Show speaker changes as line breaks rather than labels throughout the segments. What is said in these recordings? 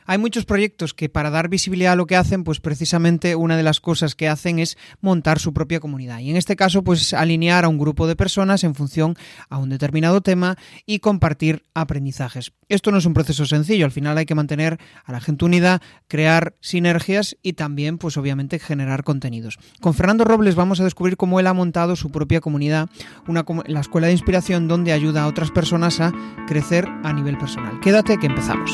Hay muchos proyectos que para dar visibilidad a lo que hacen, pues precisamente una de las cosas que hacen es montar su propia comunidad. Y en este caso, pues alinear a un grupo de personas en función a un determinado tema y compartir aprendizajes. Esto no es un proceso sencillo, al final hay que mantener a la gente unida, crear sinergias y también, pues obviamente, generar contenidos. Con Fernando Robles vamos a descubrir cómo él ha montado su propia comunidad, la Escuela de Inspiración, donde ayuda a otras personas a crecer a nivel personal. Quédate que empezamos.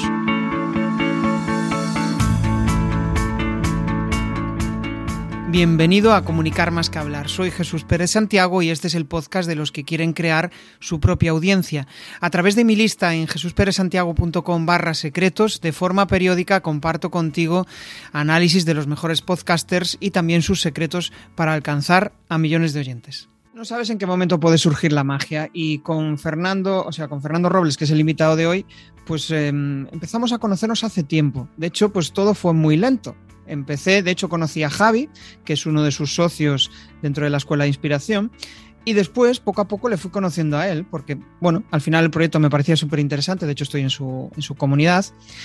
Bienvenido a Comunicar más que hablar. Soy Jesús Pérez Santiago y este es el podcast de los que quieren crear su propia audiencia. A través de mi lista en jesusperezsantiago.com/secretos, de forma periódica comparto contigo análisis de los mejores podcasters y también sus secretos para alcanzar a millones de oyentes. No sabes en qué momento puede surgir la magia y con Fernando Robles, que es el invitado de hoy, pues empezamos a conocernos hace tiempo. De hecho, pues todo fue muy lento. Conocí a Javi, que es uno de sus socios dentro de la Escuela de Inspiración, y después, poco a poco, le fui conociendo a él, porque, bueno, al final el proyecto me parecía súper interesante, de hecho estoy en su comunidad,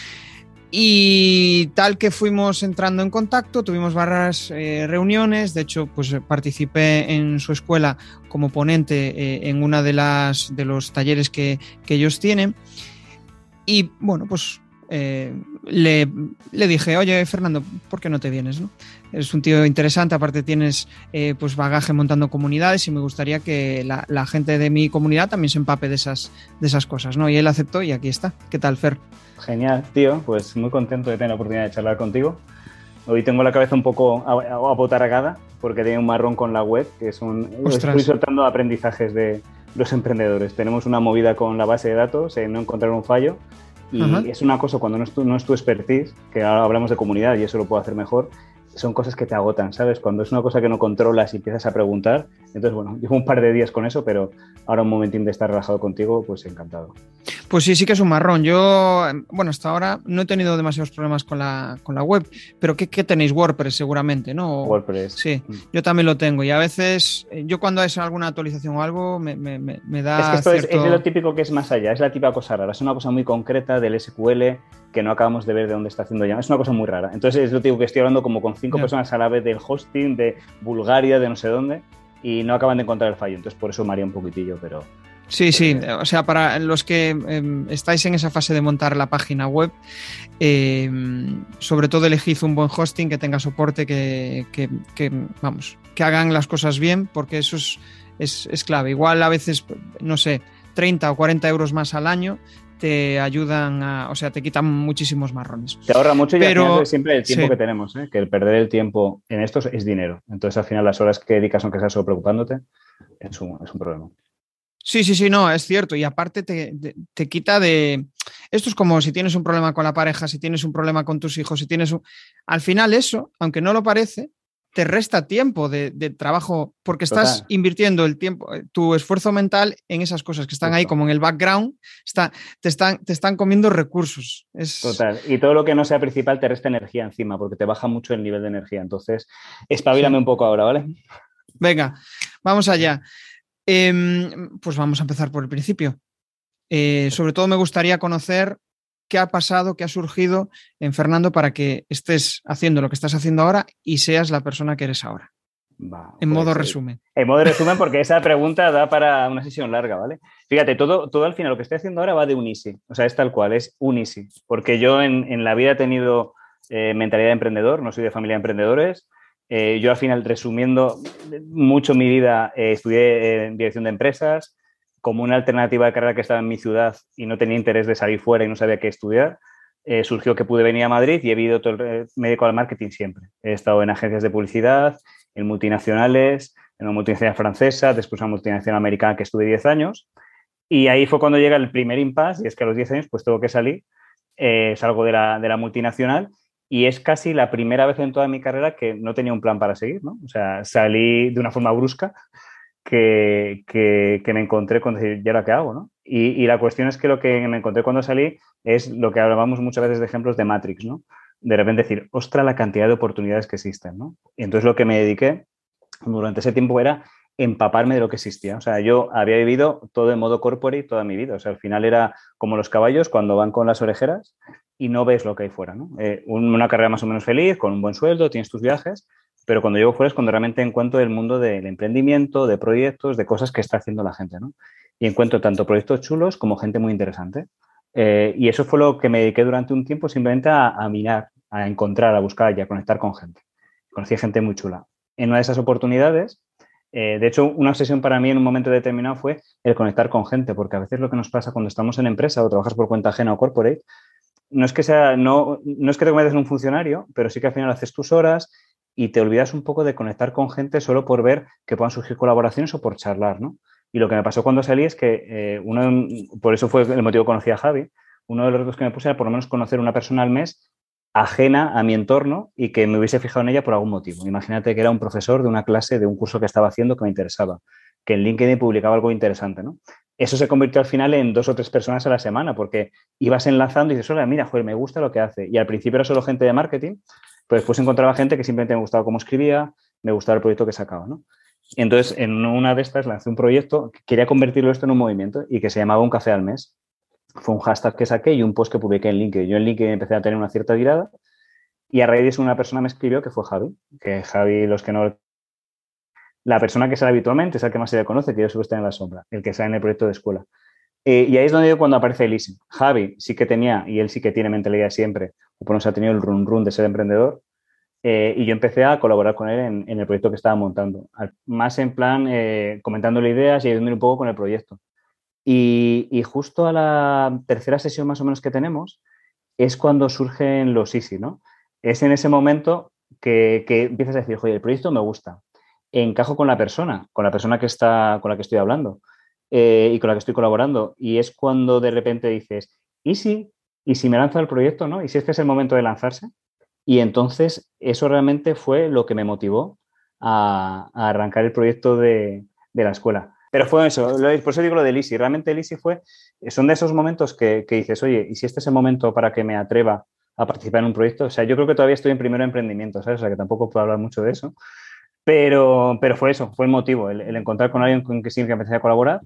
y tal que fuimos entrando en contacto, tuvimos varias reuniones, de hecho, pues participé en su escuela como ponente en una de los talleres que ellos tienen, y, bueno, pues le dije, oye Fernando, ¿por qué no te vienes, no? Eres un tío interesante, aparte tienes pues bagaje montando comunidades y me gustaría que la gente de mi comunidad también se empape de esas cosas, ¿no? Y él aceptó y aquí está. ¿Qué tal, Fer?
Genial, tío, pues muy contento de tener la oportunidad de charlar contigo. Hoy tengo la cabeza un poco abotargada porque tengo un marrón con la web, que estoy soltando aprendizajes de los emprendedores. Tenemos una movida con la base de datos, no encontrar un fallo. Y es una cosa, cuando no es tu expertise, que ahora hablamos de comunidad y eso lo puedo hacer mejor, son cosas que te agotan, ¿sabes? Cuando es una cosa que no controlas y empiezas a preguntar, entonces, bueno, llevo un par de días con eso, pero ahora un momentín de estar relajado contigo, pues encantado.
Pues sí que es un marrón. Yo, bueno, hasta ahora no he tenido demasiados problemas con la web, pero ¿qué tenéis? WordPress seguramente, ¿no?
WordPress.
Sí, yo también lo tengo y a veces, yo cuando hay alguna actualización o algo, me da
Es que esto
cierto...
es de lo típico que es más allá, es la típica cosa rara, es una cosa muy concreta del SQL que no acabamos de ver de dónde está haciendo ya, es una cosa muy rara. Entonces es lo típico que estoy hablando como con 5 personas a la vez del hosting, de Bulgaria, de no sé dónde, y no acaban de encontrar el fallo, entonces por eso me haría un poquitillo, pero...
Sí, o sea, para los que estáis en esa fase de montar la página web, sobre todo elegid un buen hosting que tenga soporte, que hagan las cosas bien, porque eso es clave. Igual a veces, no sé, 30 o 40 euros más al año te ayudan te quitan muchísimos marrones.
Te ahorra mucho y al final es siempre el tiempo que tenemos, que el perder el tiempo en esto es dinero. Entonces al final las horas que dedicas, aunque seas solo preocupándote, es un problema.
Sí, no, es cierto. Y aparte te quita de... Esto es como si tienes un problema con la pareja, si tienes un problema con tus hijos, Al final eso, aunque no lo parece, te resta tiempo de trabajo porque estás invirtiendo el tiempo, tu esfuerzo mental en esas cosas que están ahí como en el background, te están comiendo recursos.
Total. Y todo lo que no sea principal te resta energía encima porque te baja mucho el nivel de energía. Entonces, espabilame un poco ahora, ¿vale?
Venga, vamos allá. Pues vamos a empezar por el principio. Sobre todo me gustaría conocer qué ha pasado, qué ha surgido en Fernando para que estés haciendo lo que estás haciendo ahora y seas la persona que eres ahora. Modo resumen.
En modo resumen, porque esa pregunta da para una sesión larga, ¿vale? Fíjate, todo al final lo que estoy haciendo ahora va de un easy. O sea, es tal cual, es un easy. Porque yo en la vida he tenido mentalidad de emprendedor, no soy de familia de emprendedores. Yo al final, resumiendo mucho mi vida, estudié dirección de empresas como una alternativa de carrera que estaba en mi ciudad y no tenía interés de salir fuera y no sabía qué estudiar. Surgió que pude venir a Madrid y he vivido me dedico al marketing siempre. He estado en agencias de publicidad, en multinacionales, en una multinacional francesa, después en una multinacional americana que estuve 10 años. Y ahí fue cuando llega el primer impasse y es que a los 10 años pues tengo que salir, salgo de la multinacional. Y es casi la primera vez en toda mi carrera que no tenía un plan para seguir, ¿no? O sea, salí de una forma brusca que me encontré con decir, ¿y ahora qué hago, no? Y la cuestión es que lo que me encontré cuando salí es lo que hablábamos muchas veces de ejemplos de Matrix, ¿no? De repente decir, ostras, la cantidad de oportunidades que existen, ¿no? Y entonces lo que me dediqué durante ese tiempo era empaparme de lo que existía. O sea, yo había vivido todo en modo corporate toda mi vida. O sea, al final era como los caballos cuando van con las orejeras y no ves lo que hay fuera, ¿no? Una carrera más o menos feliz, con un buen sueldo, tienes tus viajes, pero cuando llego fuera es cuando realmente encuentro el mundo del emprendimiento, de proyectos, de cosas que está haciendo la gente, ¿no? Y encuentro tanto proyectos chulos como gente muy interesante. Y eso fue lo que me dediqué durante un tiempo simplemente a mirar, a encontrar, a buscar y a conectar con gente. Conocí gente muy chula. En una de esas oportunidades, de hecho, una obsesión para mí en un momento determinado fue el conectar con gente, porque a veces lo que nos pasa cuando estamos en empresa o trabajas por cuenta ajena o corporate, no es que te conviertas en un funcionario, pero sí que al final haces tus horas y te olvidas un poco de conectar con gente solo por ver que puedan surgir colaboraciones o por charlar, ¿no? Y lo que me pasó cuando salí es que por eso fue el motivo que conocí a Javi, uno de los retos que me puse era por lo menos conocer una persona al mes ajena a mi entorno y que me hubiese fijado en ella por algún motivo. Imagínate que era un profesor de una clase, de un curso que estaba haciendo que me interesaba, que en LinkedIn publicaba algo interesante, ¿no? Eso se convirtió al final en 2 o 3 personas a la semana porque ibas enlazando y dices, hola, mira, joder, me gusta lo que hace. Y al principio era solo gente de marketing, pero después encontraba gente que simplemente me gustaba cómo escribía, me gustaba el proyecto que sacaba, ¿no? Y entonces, en una de estas lancé un proyecto, quería convertirlo esto en un movimiento y que se llamaba Un café al mes. Fue un hashtag que saqué y un post que publiqué en LinkedIn. Yo en LinkedIn empecé a tener una cierta tirada y a raíz de eso una persona me escribió que fue Javi, que Javi, los que no... La persona que sale habitualmente es el que más se le conoce, que yo suelo estar en la sombra, el que sale en el proyecto de escuela. Y ahí es donde cuando aparece Elise. Javi sí que tenía, y él sí que tiene mentalidad siempre, o por lo menos ha tenido el run run de ser emprendedor, y yo empecé a colaborar con él en el proyecto que estaba montando. Más en plan, comentándole ideas y ayudándole un poco con el proyecto. Y justo a la tercera sesión más o menos que tenemos es cuando surgen los Easy, ¿no? Es en ese momento que empiezas a decir, oye, el proyecto me gusta, encajo con la persona que está, con la que estoy hablando y con la que estoy colaborando. Y es cuando de repente dices, ¿y si me lanzo al proyecto, ¿no? ¿Y si este es el momento de lanzarse? Y entonces eso realmente fue lo que me motivó a arrancar el proyecto de la escuela. Pero fue eso, por eso digo lo del Easy. Realmente el Easy son de esos momentos que dices, oye, ¿y si este es el momento para que me atreva a participar en un proyecto? O sea, yo creo que todavía estoy en primero emprendimiento, ¿sabes? O sea, que tampoco puedo hablar mucho de eso. Pero fue eso, fue el motivo, el encontrar con alguien con que sí que empecé a colaborar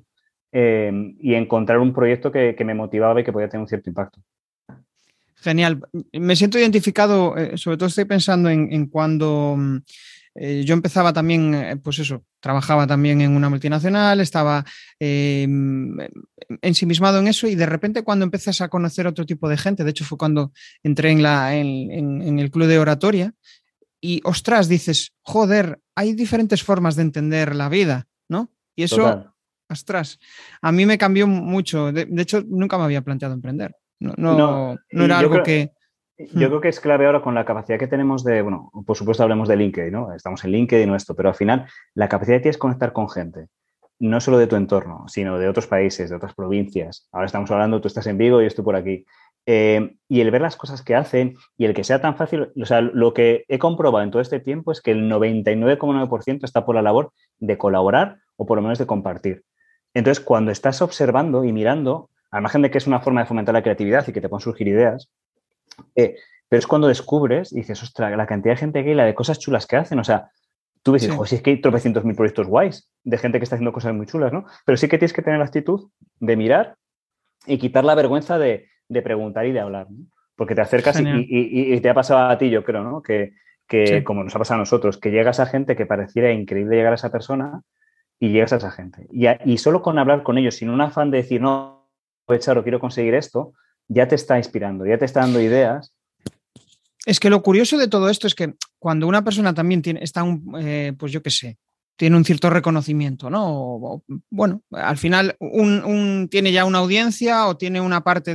y encontrar un proyecto que me motivaba y que podía tener un cierto impacto.
Genial. Me siento identificado, sobre todo estoy pensando en cuando yo empezaba también, pues eso, trabajaba también en una multinacional, estaba ensimismado en eso y de repente cuando empiezas a conocer otro tipo de gente, de hecho fue cuando entré en el club de oratoria y ostras, dices, joder, hay diferentes formas de entender la vida, ¿no? Y eso,
Total.
ostras, a mí me cambió mucho. De hecho, nunca me había planteado emprender.
No,
No era algo que...
yo creo que es clave ahora con la capacidad que tenemos de, bueno, por supuesto hablemos de LinkedIn, ¿no? Estamos en LinkedIn o esto, pero al final la capacidad que tienes de conectar con gente, no solo de tu entorno, sino de otros países, de otras provincias. Ahora estamos hablando, tú estás en Vigo y yo estoy por aquí. Y el ver las cosas que hacen y el que sea tan fácil, o sea, lo que he comprobado en todo este tiempo es que el 99,9% está por la labor de colaborar o por lo menos de compartir. Entonces, cuando estás observando y mirando, al margen de que es una forma de fomentar la creatividad y que te puedan surgir ideas, pero es cuando descubres y dices, ostras, la cantidad de gente que hay, la de cosas chulas que hacen. O sea, tú ves y dices,
Sí.
si es que hay tropecientos mil proyectos guays de gente que está haciendo cosas muy chulas, ¿no? Pero sí que tienes que tener la actitud de mirar y quitar la vergüenza de preguntar y de hablar, ¿no? Porque te acercas
Genial.
y te ha pasado a ti, yo creo, ¿no? Que
Sí.
como nos ha pasado a nosotros, que llegas a gente que pareciera increíble llegar a esa persona y llegas a esa gente. Y solo con hablar con ellos, sin un afán de decir, no, aprovechar o quiero conseguir esto, ya te está inspirando, ya te está dando ideas.
Es que lo curioso de todo esto es que cuando una persona también pues yo qué sé, tiene un cierto reconocimiento, ¿no? Bueno, al final tiene ya una audiencia o tiene una parte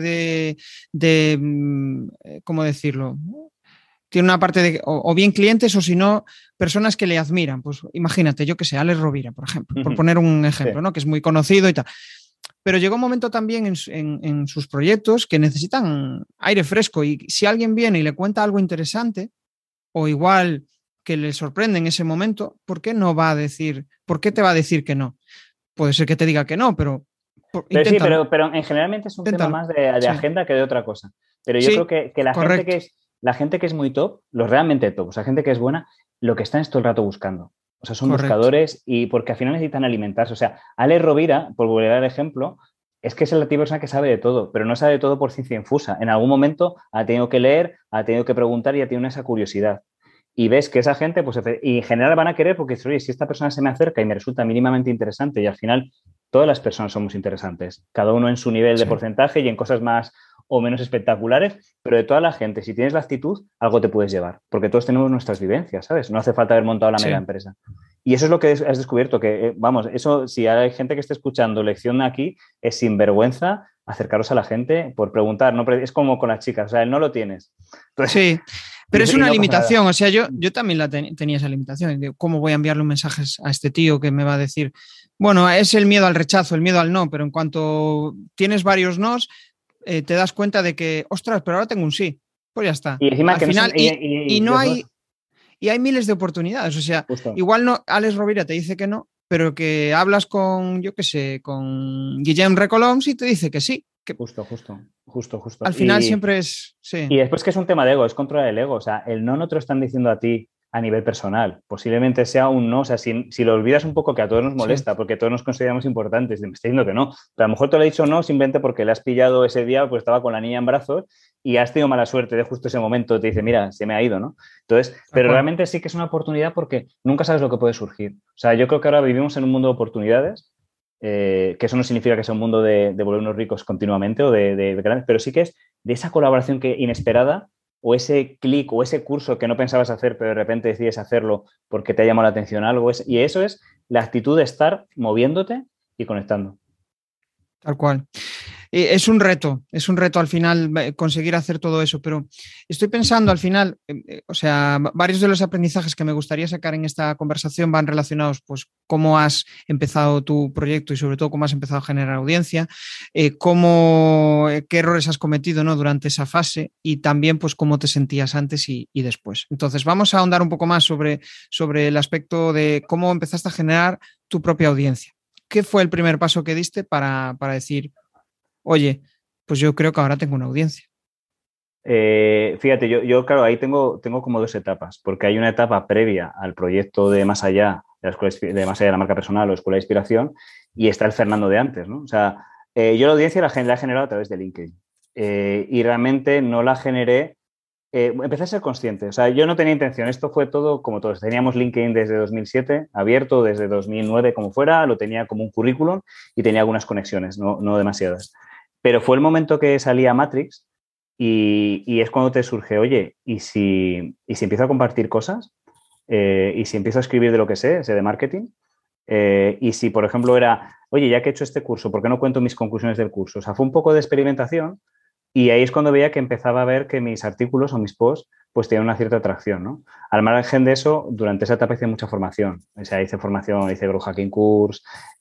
¿cómo decirlo? Tiene una parte o bien clientes o si no, personas que le admiran. Pues imagínate, yo qué sé, Alex Rovira, por ejemplo, por poner un ejemplo,
Sí.
¿no? Que es muy conocido y tal. Pero llegó un momento también en sus proyectos que necesitan aire fresco y si alguien viene y le cuenta algo interesante o igual que le sorprende en ese momento, ¿por qué no va a decir, por qué te va a decir que no? Puede ser que te diga que no, pero
Pero sí,
inténtalo,
pero generalmente es un tema
inténtalo.
más de
Sí,
agenda que de otra cosa. Pero yo creo
sí,
que
correcto,
la gente que es muy top, los realmente top, o sea, gente que es buena, lo que están es todo el rato buscando. O sea, son
correcto.
buscadores y porque al final necesitan alimentarse. O sea, Ale Rovira, por volver al ejemplo, es que es la típica persona que sabe de todo, pero no sabe de todo por ciencia infusa. En algún momento ha tenido que leer, ha tenido que preguntar y ha tenido esa curiosidad. Y ves que esa gente, pues, y en general van a querer porque dices, oye, si esta persona se me acerca y me resulta mínimamente interesante, y al final todas las personas somos interesantes, cada uno en su nivel de
Sí.
porcentaje y en cosas más o menos espectaculares, pero de toda la gente, si tienes la actitud, algo te puedes llevar, porque todos tenemos nuestras vivencias, ¿sabes? No hace falta haber montado la mega
Sí.
empresa. Y eso es lo que has descubierto, que, vamos, eso, si hay gente que esté escuchando lección aquí, es sinvergüenza acercaros a la gente por preguntar, no, es como con las chicas, o sea, él no lo tienes. Entonces,
Sí, pero es
y
una
no pasa nada.
limitación. O sea, yo también tenía esa limitación. Digo, ¿cómo voy a enviarle un mensaje a este tío que me va a decir, bueno, es el miedo al rechazo, el miedo al no, pero en cuanto tienes varios nos, te das cuenta de que, ostras, pero ahora tengo un sí. Pues ya está.
Y encima
Al
que no son,
final, y no
después,
hay, y hay miles de oportunidades. O sea,
justo,
igual no, Alex Rovira te dice que no, pero que hablas con, yo qué sé, con Guillem Recoloms y te dice que sí. Que
justo.
al final siempre es,
Y
sí,
después que es un tema de ego, es controlar el ego. O sea, el no te lo están diciendo a ti a nivel personal. Posiblemente sea un no. O sea, si lo olvidas un poco, que a todos nos
sí,
molesta, porque todos nos consideramos importantes, me está diciendo que no. Pero a lo mejor te lo he dicho no simplemente porque le has pillado ese día, pues estaba con la niña en brazos y has tenido mala suerte de justo ese momento. Te dice, mira, se me ha ido, ¿no? Entonces,
tal
pero
cual.
realmente sí que es una oportunidad porque nunca sabes lo que puede surgir. O sea, yo creo que ahora vivimos en un mundo de oportunidades. Que eso no significa que sea un mundo de volvernos ricos continuamente o de grandes, pero sí que es de esa colaboración que inesperada o ese clic o ese curso que no pensabas hacer, pero de repente decides hacerlo porque te ha llamado la atención algo. Y eso es la actitud de estar moviéndote y conectando.
Tal cual. Es un reto al final conseguir hacer todo eso, pero estoy pensando al final, o sea, varios de los aprendizajes que me gustaría sacar en esta conversación van relacionados, pues, cómo has empezado tu proyecto y sobre todo cómo has empezado a generar audiencia, qué errores has cometido, ¿no? Durante esa fase y también, pues, cómo te sentías antes y después. Entonces, vamos a ahondar un poco más sobre el aspecto de cómo empezaste a generar tu propia audiencia. ¿Qué fue el primer paso que diste para decir, oye, pues yo creo que ahora tengo una audiencia?
Fíjate, yo, claro, ahí tengo como dos etapas, porque hay una etapa previa al proyecto de Más Allá, de, la escuela, de Más Allá de la marca personal o Escuela de Inspiración, y está el Fernando de antes, ¿no? O sea, yo la audiencia la he generado a través de LinkedIn y realmente no la generé. Empecé a ser consciente, o sea, yo no tenía intención, esto fue todo como todos, teníamos LinkedIn desde 2007, abierto desde 2009 como fuera, lo tenía como un currículum y tenía algunas conexiones, no demasiadas. Pero fue el momento que salía Matrix y es cuando te surge, oye, ¿y si empiezo a compartir cosas? ¿Y si empiezo a escribir de lo que sé de marketing? Y si, por ejemplo, era, oye, ya que he hecho este curso, ¿por qué no cuento mis conclusiones del curso? O sea, fue un poco de experimentación y ahí es cuando veía que empezaba a ver que mis artículos o mis posts pues tenían una cierta atracción, ¿no? Al margen de eso, durante esa etapa hice mucha formación. O sea, hice formación, hice Growth Hacking Course,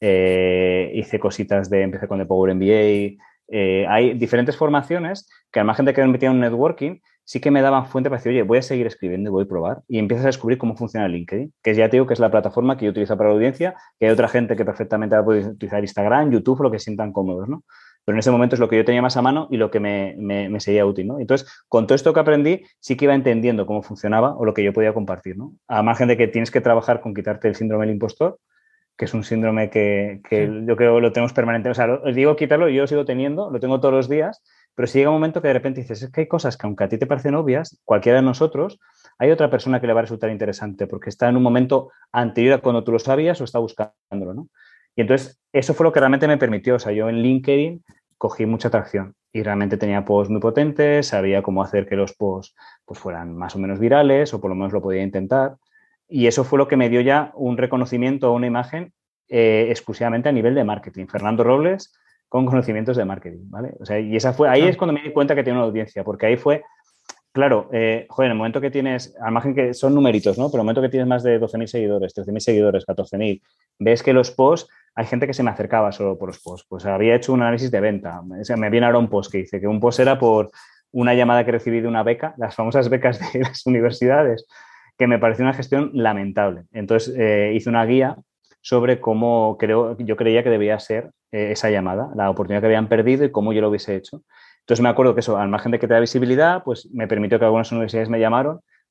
hice cositas empecé con The Power MBA. Hay diferentes formaciones que al margen de que me metían un networking, sí que me daban fuente para decir, oye, voy a seguir escribiendo y voy a probar. Y empiezas a descubrir cómo funciona LinkedIn, que ya te digo que es la plataforma que yo utilizo para la audiencia, que hay otra gente que perfectamente va a poder utilizar Instagram, YouTube, lo que sientan cómodos, ¿no? Pero en ese momento es lo que yo tenía más a mano y lo que me sería útil, ¿no? Entonces, con todo esto que aprendí, sí que iba entendiendo cómo funcionaba o lo que yo podía compartir, ¿no? A margen de que tienes que trabajar con quitarte el síndrome del impostor, que es un síndrome
Sí,
que yo creo que lo tenemos permanente. O sea, os digo quitarlo, yo lo sigo teniendo, lo tengo todos los días, pero si llega un momento que de repente dices, es que hay cosas que aunque a ti te parecen obvias, cualquiera de nosotros, hay otra persona que le va a resultar interesante porque está en un momento anterior a cuando tú lo sabías o está buscándolo, ¿no? Y entonces, eso fue lo que realmente me permitió. O sea, yo en LinkedIn cogí mucha atracción y realmente tenía posts muy potentes, sabía cómo hacer que los posts pues, fueran más o menos virales o por lo menos lo podía intentar. Y eso fue lo que me dio ya un reconocimiento o una imagen exclusivamente a nivel de marketing. Fernando Robles con conocimientos de marketing, ¿vale? O sea, y esa fue, ahí es
claro.
cuando me di cuenta que tenía una audiencia, porque ahí fue, claro, joder, en el momento que tienes, al margen que son numeritos, ¿no? Pero en el momento que tienes más de 12.000 seguidores, 13.000 seguidores, 14.000, ves que los posts, hay gente que se me acercaba solo por los posts. Pues había hecho un análisis de venta. O sea, me viene ahora un post que dice que un post era por una llamada que recibí de una beca, las famosas becas de las universidades, que me pareció una gestión lamentable. Entonces hice una guía sobre cómo yo creía que debía ser esa llamada, la oportunidad que habían perdido y cómo yo lo hubiese hecho. Entonces me acuerdo que eso, al margen de que te da visibilidad, pues me permitió que algunas universidades me llamaron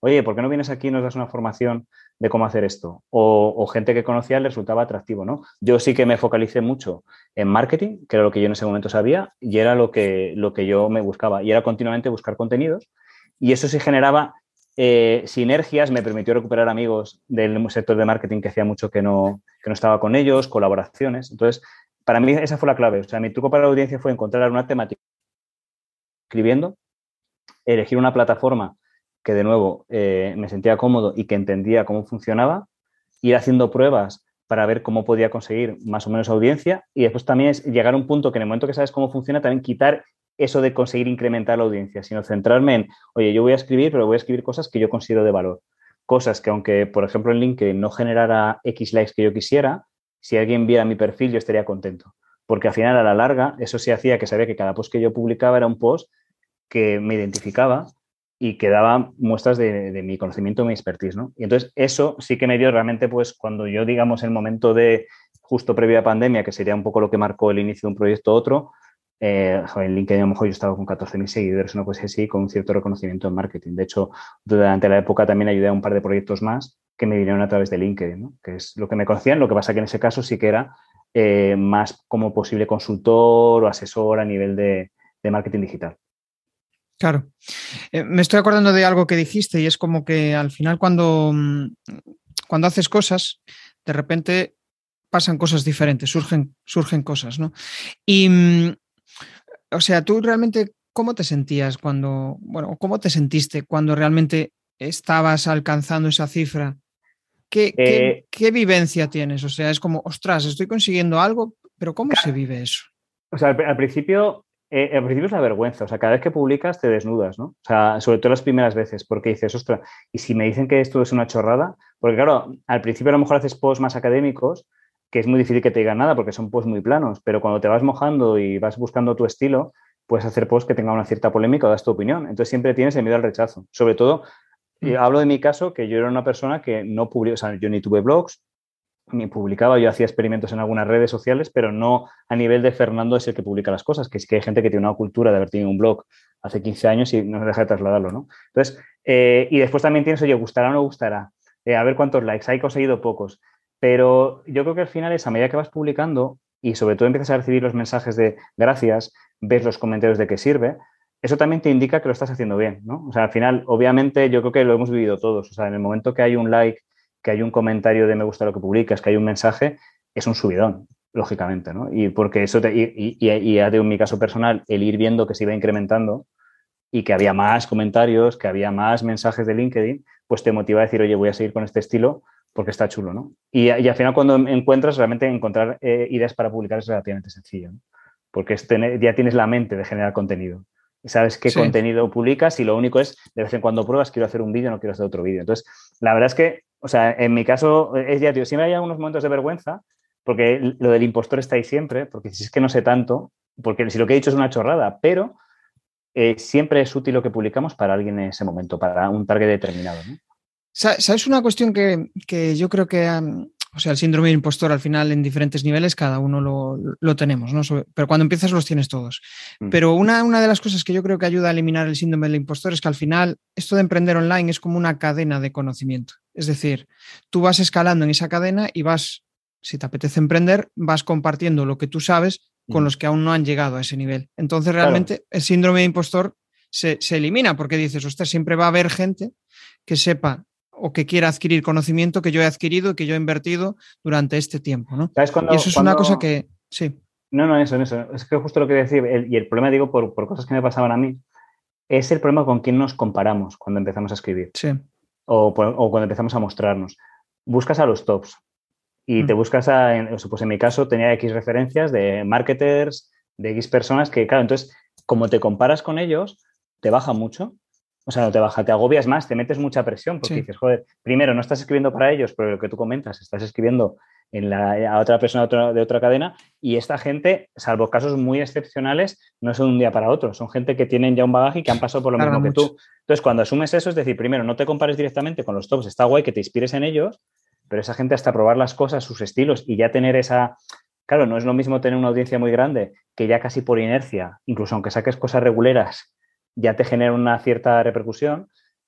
oye, ¿por qué no vienes aquí y nos das una formación de cómo hacer esto? O gente que conocía le resultaba atractivo, ¿no? Yo sí que me focalicé mucho en marketing, que era lo que yo en ese momento sabía, y era lo que yo me buscaba. Y era continuamente buscar contenidos. Y eso sí generaba sinergias, me permitió recuperar amigos del sector de marketing que hacía mucho que no estaba con ellos, colaboraciones. Entonces, para mí esa fue la clave. O sea, mi truco para la audiencia fue encontrar una temática escribiendo, elegir una plataforma que de nuevo me sentía cómodo y que entendía cómo funcionaba, ir haciendo pruebas para ver cómo podía conseguir más o menos audiencia y después también es llegar a un punto que en el momento que sabes cómo funciona, también quitar eso de conseguir incrementar la audiencia, sino centrarme en, oye, yo voy a escribir, pero voy a escribir cosas que yo considero de valor. Cosas que aunque, por ejemplo, en LinkedIn no generara X likes que yo quisiera, si alguien viera mi perfil yo estaría contento. Porque al final, a la larga, eso sí hacía que sabía que cada post que yo publicaba era un post que me identificaba y que daba muestras de mi conocimiento, mi expertise, ¿no? Y entonces eso sí que me dio realmente, pues, cuando yo, digamos, el momento de justo previa a pandemia, que sería un poco lo que marcó el inicio de un proyecto u otro, en LinkedIn a lo mejor yo estaba con 14.000 seguidores, una cosa así, con un cierto reconocimiento en marketing. De hecho, durante la época también ayudé a un par de proyectos más que me vinieron a través de LinkedIn, ¿no? Que es lo que me conocían, lo que pasa que en ese caso sí que era más como posible consultor o asesor a nivel de marketing digital.
Claro. Me estoy acordando de algo que dijiste y es como que al final cuando haces cosas, de repente pasan cosas diferentes, surgen cosas, ¿no? Y, o sea, tú realmente, ¿cómo te sentías cuando, bueno, cómo te sentiste cuando realmente estabas alcanzando esa cifra? ¿Qué vivencia tienes? O sea, es como, ostras, estoy consiguiendo algo, pero ¿cómo se vive eso?
O sea, al principio es la vergüenza. O sea, cada vez que publicas te desnudas, ¿no? O sea, sobre todo las primeras veces, porque dices, ostras, y si me dicen que esto es una chorrada, porque claro, al principio a lo mejor haces posts más académicos, que es muy difícil que te digan nada porque son posts muy planos, pero cuando te vas mojando y vas buscando tu estilo, puedes hacer posts que tengan una cierta polémica o das tu opinión. Entonces siempre tienes el miedo al rechazo. Sobre todo, hablo de mi caso, que yo era una persona que no publicó, o sea, yo ni tuve blogs, ni publicaba, yo hacía experimentos en algunas redes sociales, pero no a nivel de Fernando es el que publica las cosas, que es que hay gente que tiene una cultura de haber tenido un blog hace 15 años y no se deja de trasladarlo, ¿no? Entonces, y después también tienes, oye, gustará o no gustará, a ver cuántos likes, hay conseguido pocos, pero yo creo que al final es a medida que vas publicando y sobre todo empiezas a recibir los mensajes de gracias, ves los comentarios de qué sirve, eso también te indica que lo estás haciendo bien, ¿no? O sea, al final, obviamente, yo creo que lo hemos vivido todos, o sea, en el momento que hay un like, que hay un comentario de me gusta lo que publicas, que hay un mensaje, es un subidón, lógicamente, ¿no? Y porque eso, ya de mi caso personal, el ir viendo que se iba incrementando y que había más comentarios, que había más mensajes de LinkedIn, pues te motiva a decir, oye, voy a seguir con este estilo porque está chulo, ¿no? Y al final cuando encuentras, realmente encontrar ideas para publicar es relativamente sencillo, ¿no? Porque ya tienes la mente de generar contenido. Sabes qué
Sí.
contenido publicas y lo único es, de vez en cuando pruebas, quiero hacer un vídeo, no quiero hacer otro vídeo. Entonces, la verdad es que, o sea, en mi caso, es ya, tío, siempre hay algunos momentos de vergüenza, porque lo del impostor está ahí siempre, porque si es que no sé tanto, porque si lo que he dicho es una chorrada, pero siempre es útil lo que publicamos para alguien en ese momento, para un target determinado, ¿no?
¿Sabes una cuestión que yo creo que, o sea, el síndrome de impostor al final en diferentes niveles cada uno lo tenemos, ¿no? Pero cuando empiezas los tienes todos. Pero una de las cosas que yo creo que ayuda a eliminar el síndrome del impostor es que al final esto de emprender online es como una cadena de conocimiento. Es decir, tú vas escalando en esa cadena y vas, si te apetece emprender, vas compartiendo lo que tú sabes con los que aún no han llegado a ese nivel. Entonces
Claro.
realmente el síndrome de impostor se elimina porque dices, ostras, siempre va a haber gente que sepa o que quiera adquirir conocimiento que yo he adquirido y que yo he invertido durante este tiempo, ¿no?
¿Sabes
Y eso es una cosa que, sí.
No, no, eso. Es que justo lo que decir, y el problema, digo, por cosas que me pasaban a mí, es el problema con quién nos comparamos cuando empezamos a escribir
Sí.
o cuando empezamos a mostrarnos. Buscas a los tops y te buscas pues en mi caso tenía X referencias de marketers, de X personas que, claro, entonces, como te comparas con ellos, te baja mucho. O sea, no te baja, te agobias más, te metes mucha presión porque
Sí.
dices, joder, primero no estás escribiendo para ellos, pero lo que tú comentas, estás escribiendo a otra persona de otra cadena y esta gente, salvo casos muy excepcionales, no son de un día para otro, son gente que tienen ya un bagaje y que han pasado por lo
Tarda
mismo que
mucho.
tú. Entonces, cuando asumes eso, es decir, primero, no te compares directamente con los tops, está guay que te inspires en ellos, pero esa gente hasta probar las cosas, sus estilos y ya tener esa... Claro, no es lo mismo tener una audiencia muy grande que ya casi por inercia, incluso aunque saques cosas reguleras, ya te genera una cierta repercusión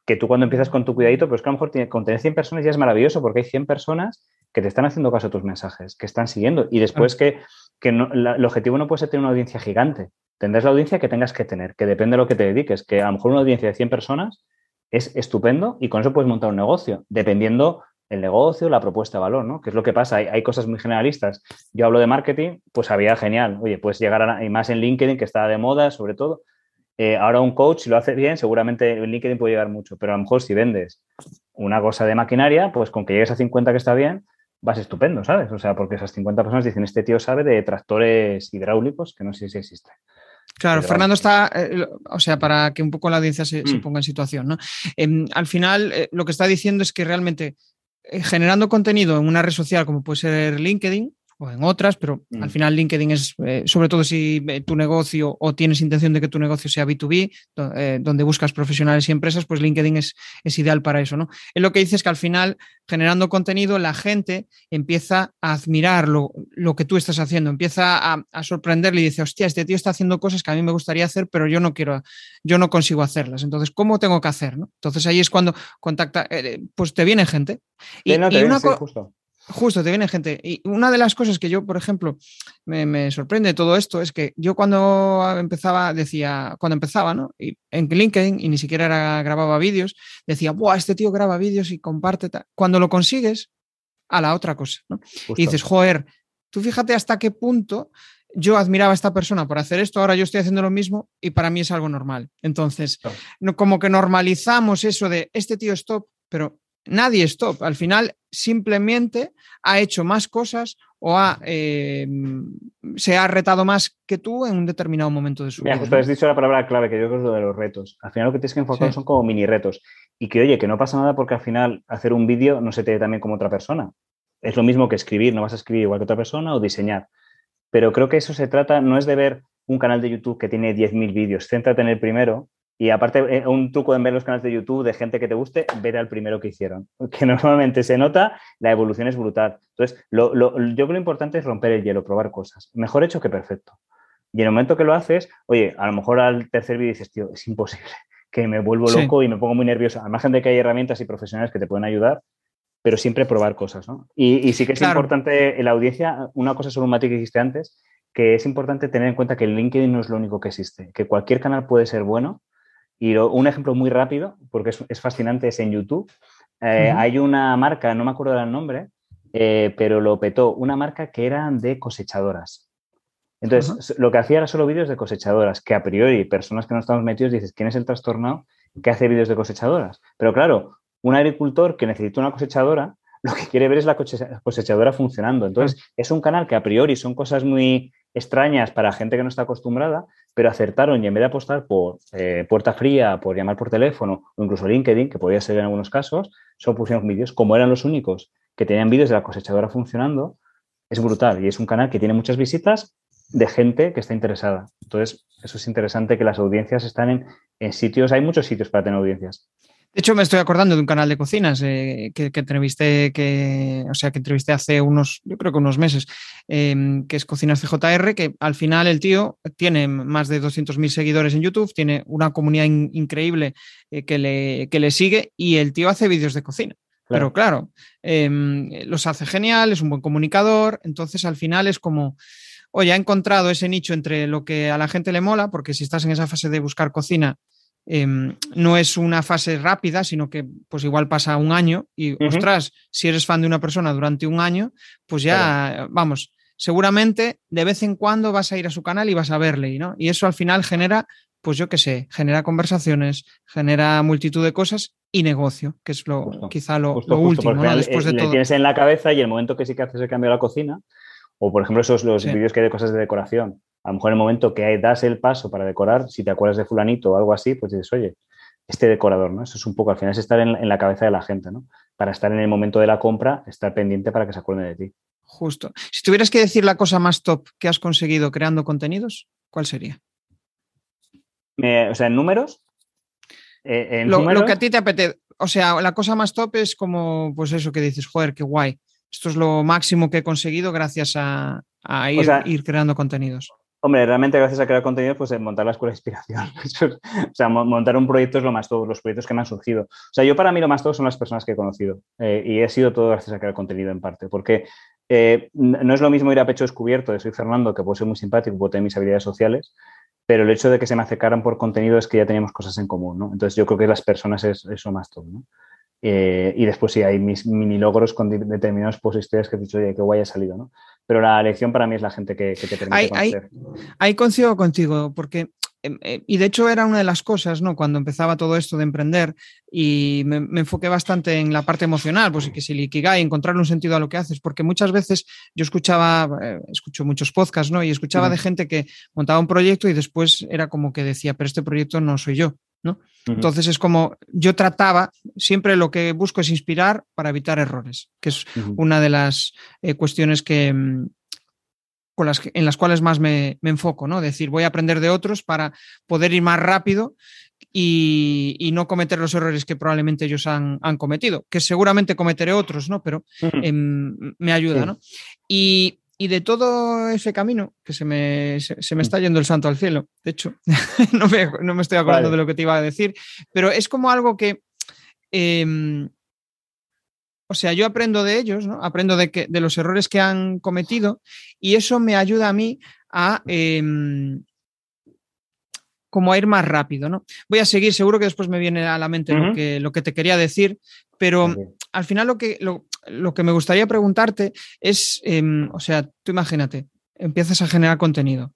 que tú cuando empiezas con tu cuidadito, pues que a lo mejor con tener 100 personas ya es maravilloso porque hay 100 personas que te están haciendo caso a tus mensajes, que están siguiendo. Y después el objetivo no puede ser tener una audiencia gigante. Tendrás la audiencia que tengas que tener, que depende de lo que te dediques, que a lo mejor una audiencia de 100 personas es estupendo y con eso puedes montar un negocio, dependiendo el negocio, la propuesta de valor, ¿no? Que es lo que pasa, hay cosas muy generalistas. Yo hablo de marketing, pues había genial. Oye, puedes llegar y más en LinkedIn, que está de moda, sobre todo. Ahora un coach, si lo hace bien, seguramente en LinkedIn puede llegar mucho, pero a lo mejor si vendes una cosa de maquinaria, pues con que llegues a 50 que está bien, vas estupendo, ¿sabes? O sea, porque esas 50 personas dicen, este tío sabe de tractores hidráulicos, que no sé si existe.
Claro, Fernando está, o sea, para que un poco la audiencia se ponga en situación, ¿no? Al final, lo que está diciendo es que realmente generando contenido en una red social como puede ser LinkedIn o en otras, pero al final LinkedIn es, sobre todo si tu negocio o tienes intención de que tu negocio sea B2B, donde buscas profesionales y empresas, pues LinkedIn es ideal para eso, ¿no? Es lo que dice es que al final, generando contenido, la gente empieza a admirar lo que tú estás haciendo, empieza a sorprenderle y dice, hostia, este tío está haciendo cosas que a mí me gustaría hacer, pero yo no consigo hacerlas. Entonces, ¿cómo tengo que hacer, no? Entonces ahí es cuando contacta, pues te viene gente. Justo, te viene gente. Y una de las cosas que yo, por ejemplo, me sorprende de todo esto es que yo cuando empezaba, ¿no? Y en LinkedIn, y ni siquiera grababa vídeos, decía, ¡buah, este tío graba vídeos y comparte! Cuando lo consigues, a la otra cosa, ¿no? Justo. Y dices, joder, tú fíjate hasta qué punto yo admiraba a esta persona por hacer esto, ahora yo estoy haciendo lo mismo y para mí es algo normal. Entonces, como que normalizamos eso de este tío es top, pero nadie es top. Al final, simplemente ha hecho más cosas o se ha retado más que tú en un determinado momento de su vida.
Justo has dicho la palabra clave, que yo creo que es lo de los retos. Al final lo que tienes que enfocar son como mini retos. Y que, oye, que no pasa nada porque al final hacer un vídeo no se te dé también como otra persona. Es lo mismo que escribir, no vas a escribir igual que otra persona o diseñar. Pero creo que eso se trata, no es de ver un canal de YouTube que tiene 10.000 vídeos, céntrate en el primero. Y aparte, un truco en ver los canales de YouTube de gente que te guste, ver al primero que hicieron. Que normalmente se nota, la evolución es brutal. Entonces, yo creo que lo importante es romper el hielo, probar cosas. Mejor hecho que perfecto. Y en el momento que lo haces, oye, a lo mejor al tercer vídeo dices, tío, es imposible, que me vuelvo loco y me pongo muy nervioso. Al margen de que hay herramientas y profesionales que te pueden ayudar, pero siempre probar cosas, ¿no? Y sí que es importante en la audiencia, una cosa sobre un matiz que dijiste antes, que es importante tener en cuenta que el LinkedIn no es lo único que existe, que cualquier canal puede ser bueno. Y un ejemplo muy rápido, porque es fascinante, es en YouTube. Hay una marca, no me acuerdo del nombre, pero lo petó, una marca que era de cosechadoras. Entonces, lo que hacía era solo vídeos de cosechadoras, que a priori, personas que no estamos metidos, dices, ¿quién es el trastornado que hace vídeos de cosechadoras? Pero claro, un agricultor que necesita una cosechadora, lo que quiere ver es la cosechadora funcionando. Entonces, es un canal que a priori son cosas muy extrañas para gente que no está acostumbrada, pero acertaron y en vez de apostar por puerta fría, por llamar por teléfono o incluso LinkedIn, que podría ser en algunos casos, solo pusieron vídeos. Como eran los únicos que tenían vídeos de la cosechadora funcionando, es brutal y es un canal que tiene muchas visitas de gente que está interesada. Entonces, eso es interesante que las audiencias están en sitios, hay muchos sitios para tener audiencias.
De hecho, me estoy acordando de un canal de cocinas que entrevisté, que entrevisté hace yo creo que unos meses, que es Cocinas CJR, que al final el tío tiene más de 200.000 seguidores en YouTube, tiene una comunidad increíble que le sigue y el tío hace vídeos de cocina. Claro. Pero claro, los hace genial, es un buen comunicador, entonces al final es como... Oye, ha encontrado ese nicho entre lo que a la gente le mola, porque si estás en esa fase de buscar cocina, no es una fase rápida, sino que pues igual pasa un año y, ostras, si eres fan de una persona durante un año, pues ya, vamos, seguramente de vez en cuando vas a ir a su canal y vas a verle, ¿no? Y eso al final genera, pues yo qué sé, genera conversaciones, genera multitud de cosas y negocio, que es quizá lo último, ¿no? Después de todo.
Le tienes en la cabeza y el momento que sí que haces el cambio a la cocina, o por ejemplo los vídeos que hay de cosas de decoración. A lo mejor en el momento que das el paso para decorar, si te acuerdas de fulanito o algo así, pues dices, oye, este decorador, ¿no? Eso es un poco, al final es estar en la cabeza de la gente, ¿no? Para estar en el momento de la compra, estar pendiente para que se acuerden de ti.
Justo. Si tuvieras que decir la cosa más top que has conseguido creando contenidos, ¿cuál sería?
O sea, ¿en números?
Lo que a ti te apetece. O sea, la cosa más top es como, pues eso que dices, joder, qué guay. Esto es lo máximo que he conseguido gracias a ir creando contenidos.
Hombre, realmente gracias a crear contenido, pues montar la escuela de inspiración. O sea, montar un proyecto es lo más todo, los proyectos que me han surgido. O sea, yo para mí lo más todo son las personas que he conocido y he sido todo gracias a crear contenido en parte, porque no es lo mismo ir a pecho descubierto de soy Fernando, que puedo ser muy simpático, puedo tener mis habilidades sociales, pero el hecho de que se me acercaran por contenido es que ya teníamos cosas en común, ¿no? Entonces yo creo que las personas es lo más todo, ¿no? Y después sí, hay mis mini logros con determinados post historias que he dicho, oye, qué guay ha salido, ¿no? Pero la lección para mí es la gente que te permite conocer.
Ahí coincido contigo, porque, y de hecho era una de las cosas, ¿no? Cuando empezaba todo esto de emprender y me enfoqué bastante en la parte emocional, pues que si el Ikigai, encontrarle un sentido a lo que haces, porque muchas veces yo escucho muchos podcasts, ¿no? Y escuchaba de gente que montaba un proyecto y después era como que decía, pero este proyecto no soy yo, ¿no? Entonces es como yo trataba, siempre lo que busco es inspirar para evitar errores, que es una de las cuestiones en las cuales más me enfoco, ¿no? Decir, voy a aprender de otros para poder ir más rápido y no cometer los errores que probablemente ellos han cometido, que seguramente cometeré otros, ¿no? Pero me ayuda, ¿no? Y de todo ese camino, que se me está yendo el santo al cielo, de hecho, no me estoy acordando de lo que te iba a decir, pero es como algo que, o sea, yo aprendo de ellos, ¿no? Aprendo de los errores que han cometido y eso me ayuda a mí como a ir más rápido, ¿no? Voy a seguir, seguro que después me viene a la mente lo que te quería decir, pero al final lo que me gustaría preguntarte es, o sea, tú imagínate, empiezas a generar contenido,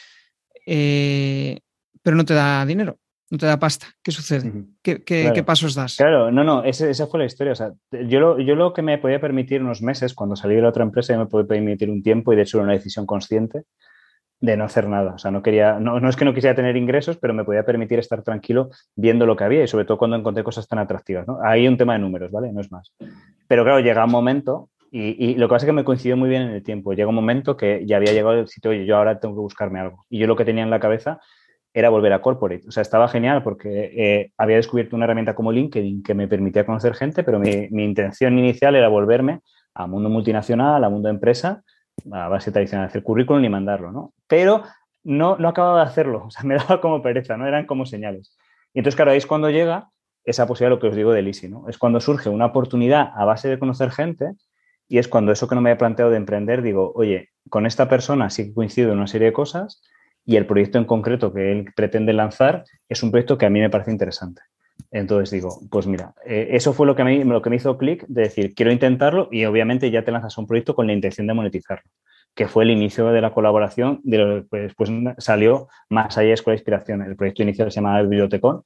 pero no te da dinero, no te da pasta. ¿Qué sucede? ¿Qué pasos das?
Claro, no, esa fue la historia. O sea, yo lo que me podía permitir unos meses, cuando salí de la otra empresa, yo me podía permitir un tiempo y de hecho era una decisión consciente de no hacer nada. O sea, no es que no quisiera tener ingresos, pero me podía permitir estar tranquilo viendo lo que había y sobre todo cuando encontré cosas tan atractivas, ¿no? Hay un tema de números, ¿vale? No es más. Pero claro, llega un momento y lo que pasa es que me coincidió muy bien en el tiempo. Llega un momento que ya había llegado el sitio, oye, yo ahora tengo que buscarme algo. Y yo lo que tenía en la cabeza era volver a corporate. O sea, estaba genial porque había descubierto una herramienta como LinkedIn que me permitía conocer gente, pero mi intención inicial era volverme a mundo multinacional, a mundo de empresa, a base tradicional, hacer currículum y mandarlo, ¿no? Pero no acababa de hacerlo, o sea, me daba como pereza, ¿no? Eran como señales. Y entonces, claro, ahí es cuando llega esa posibilidad, lo que os digo del Easy, ¿no? Es cuando surge una oportunidad a base de conocer gente y es cuando eso que no me había planteado de emprender, digo, oye, con esta persona sí que coincido en una serie de cosas y el proyecto en concreto que él pretende lanzar es un proyecto que a mí me parece interesante. Entonces digo, pues mira, eso fue lo que me hizo clic de decir, quiero intentarlo y obviamente ya te lanzas a un proyecto con la intención de monetizarlo, que fue el inicio de la colaboración, de lo que después salió más allá de Escuela de Inspiración. El proyecto inicial se llamaba Bibliotecón,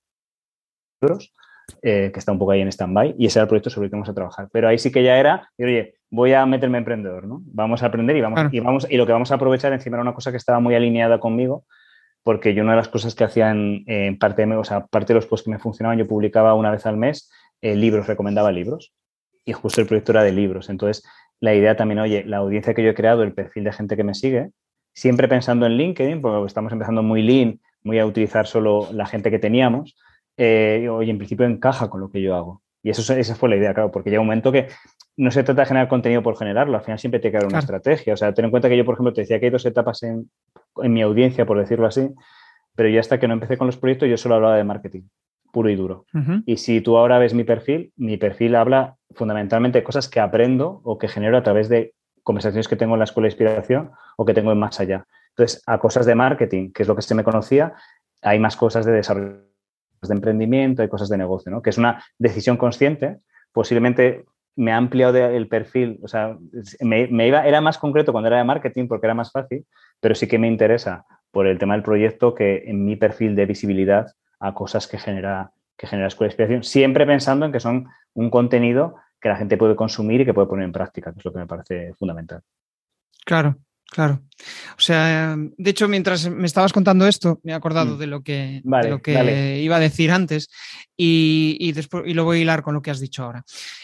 que está un poco ahí en stand-by, y ese era el proyecto sobre el que vamos a trabajar. Pero ahí sí que ya era, oye, voy a meterme emprendedor, ¿no? Vamos a aprender y y lo que vamos a aprovechar encima era una cosa que estaba muy alineada conmigo, porque yo una de las cosas que hacía en parte de los posts que me funcionaban, yo publicaba una vez al mes libros, recomendaba libros, y justo el proyecto era de libros. Entonces, la idea también, oye, la audiencia que yo he creado, el perfil de gente que me sigue, siempre pensando en LinkedIn, porque estamos empezando muy lean, muy a utilizar solo la gente que teníamos, oye, en principio encaja con lo que yo hago. Y esa fue la idea, claro, porque llega un momento que no se trata de generar contenido por generarlo, al final siempre tiene que haber una estrategia. O sea, ten en cuenta que yo, por ejemplo, te decía que hay dos etapas en mi audiencia, por decirlo así, pero yo hasta que no empecé con los proyectos yo solo hablaba de marketing, puro y duro. Y si tú ahora ves mi perfil habla fundamentalmente de cosas que aprendo o que genero a través de conversaciones que tengo en la escuela de inspiración o que tengo en más allá. Entonces, a cosas de marketing, que es lo que se me conocía, hay más cosas de desarrollo, de emprendimiento, hay cosas de negocio, ¿no? Que es una decisión consciente, posiblemente me ha ampliado el perfil, o sea, era más concreto cuando era de marketing porque era más fácil, pero sí que me interesa por el tema del proyecto que en mi perfil de visibilidad a cosas que genera Escuela de Inspiración, siempre pensando en que son un contenido que la gente puede consumir y que puede poner en práctica, que es lo que me parece fundamental.
Claro. O sea, de hecho, mientras me estabas contando esto, me he acordado de lo que iba a decir antes y después lo voy a hilar con lo que has dicho ahora.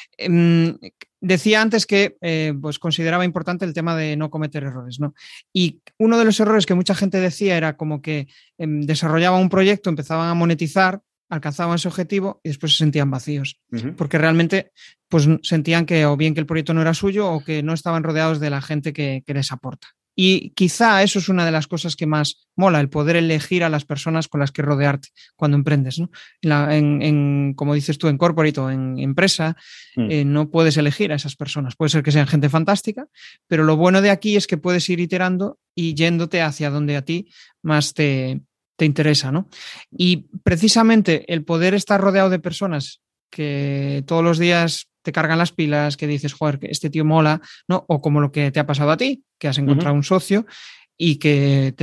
Decía antes que pues consideraba importante el tema de no cometer errores, ¿no? Y uno de los errores que mucha gente decía era como que desarrollaban un proyecto, empezaban a monetizar, alcanzaban ese objetivo y después se sentían vacíos, porque realmente pues sentían que o bien que el proyecto no era suyo o que no estaban rodeados de la gente que les aporta, Y quizá eso es una de las cosas que más mola, el poder elegir a las personas con las que rodearte cuando emprendes, ¿no? Como dices tú, en corporate o en empresa, no puedes elegir a esas personas. Puede ser que sean gente fantástica, pero lo bueno de aquí es que puedes ir iterando y yéndote hacia donde a ti más te interesa, ¿no? Y precisamente el poder estar rodeado de personas que todos los días te cargan las pilas, que dices, joder, que este tío mola, ¿no? O como lo que te ha pasado a ti, que has encontrado un socio y que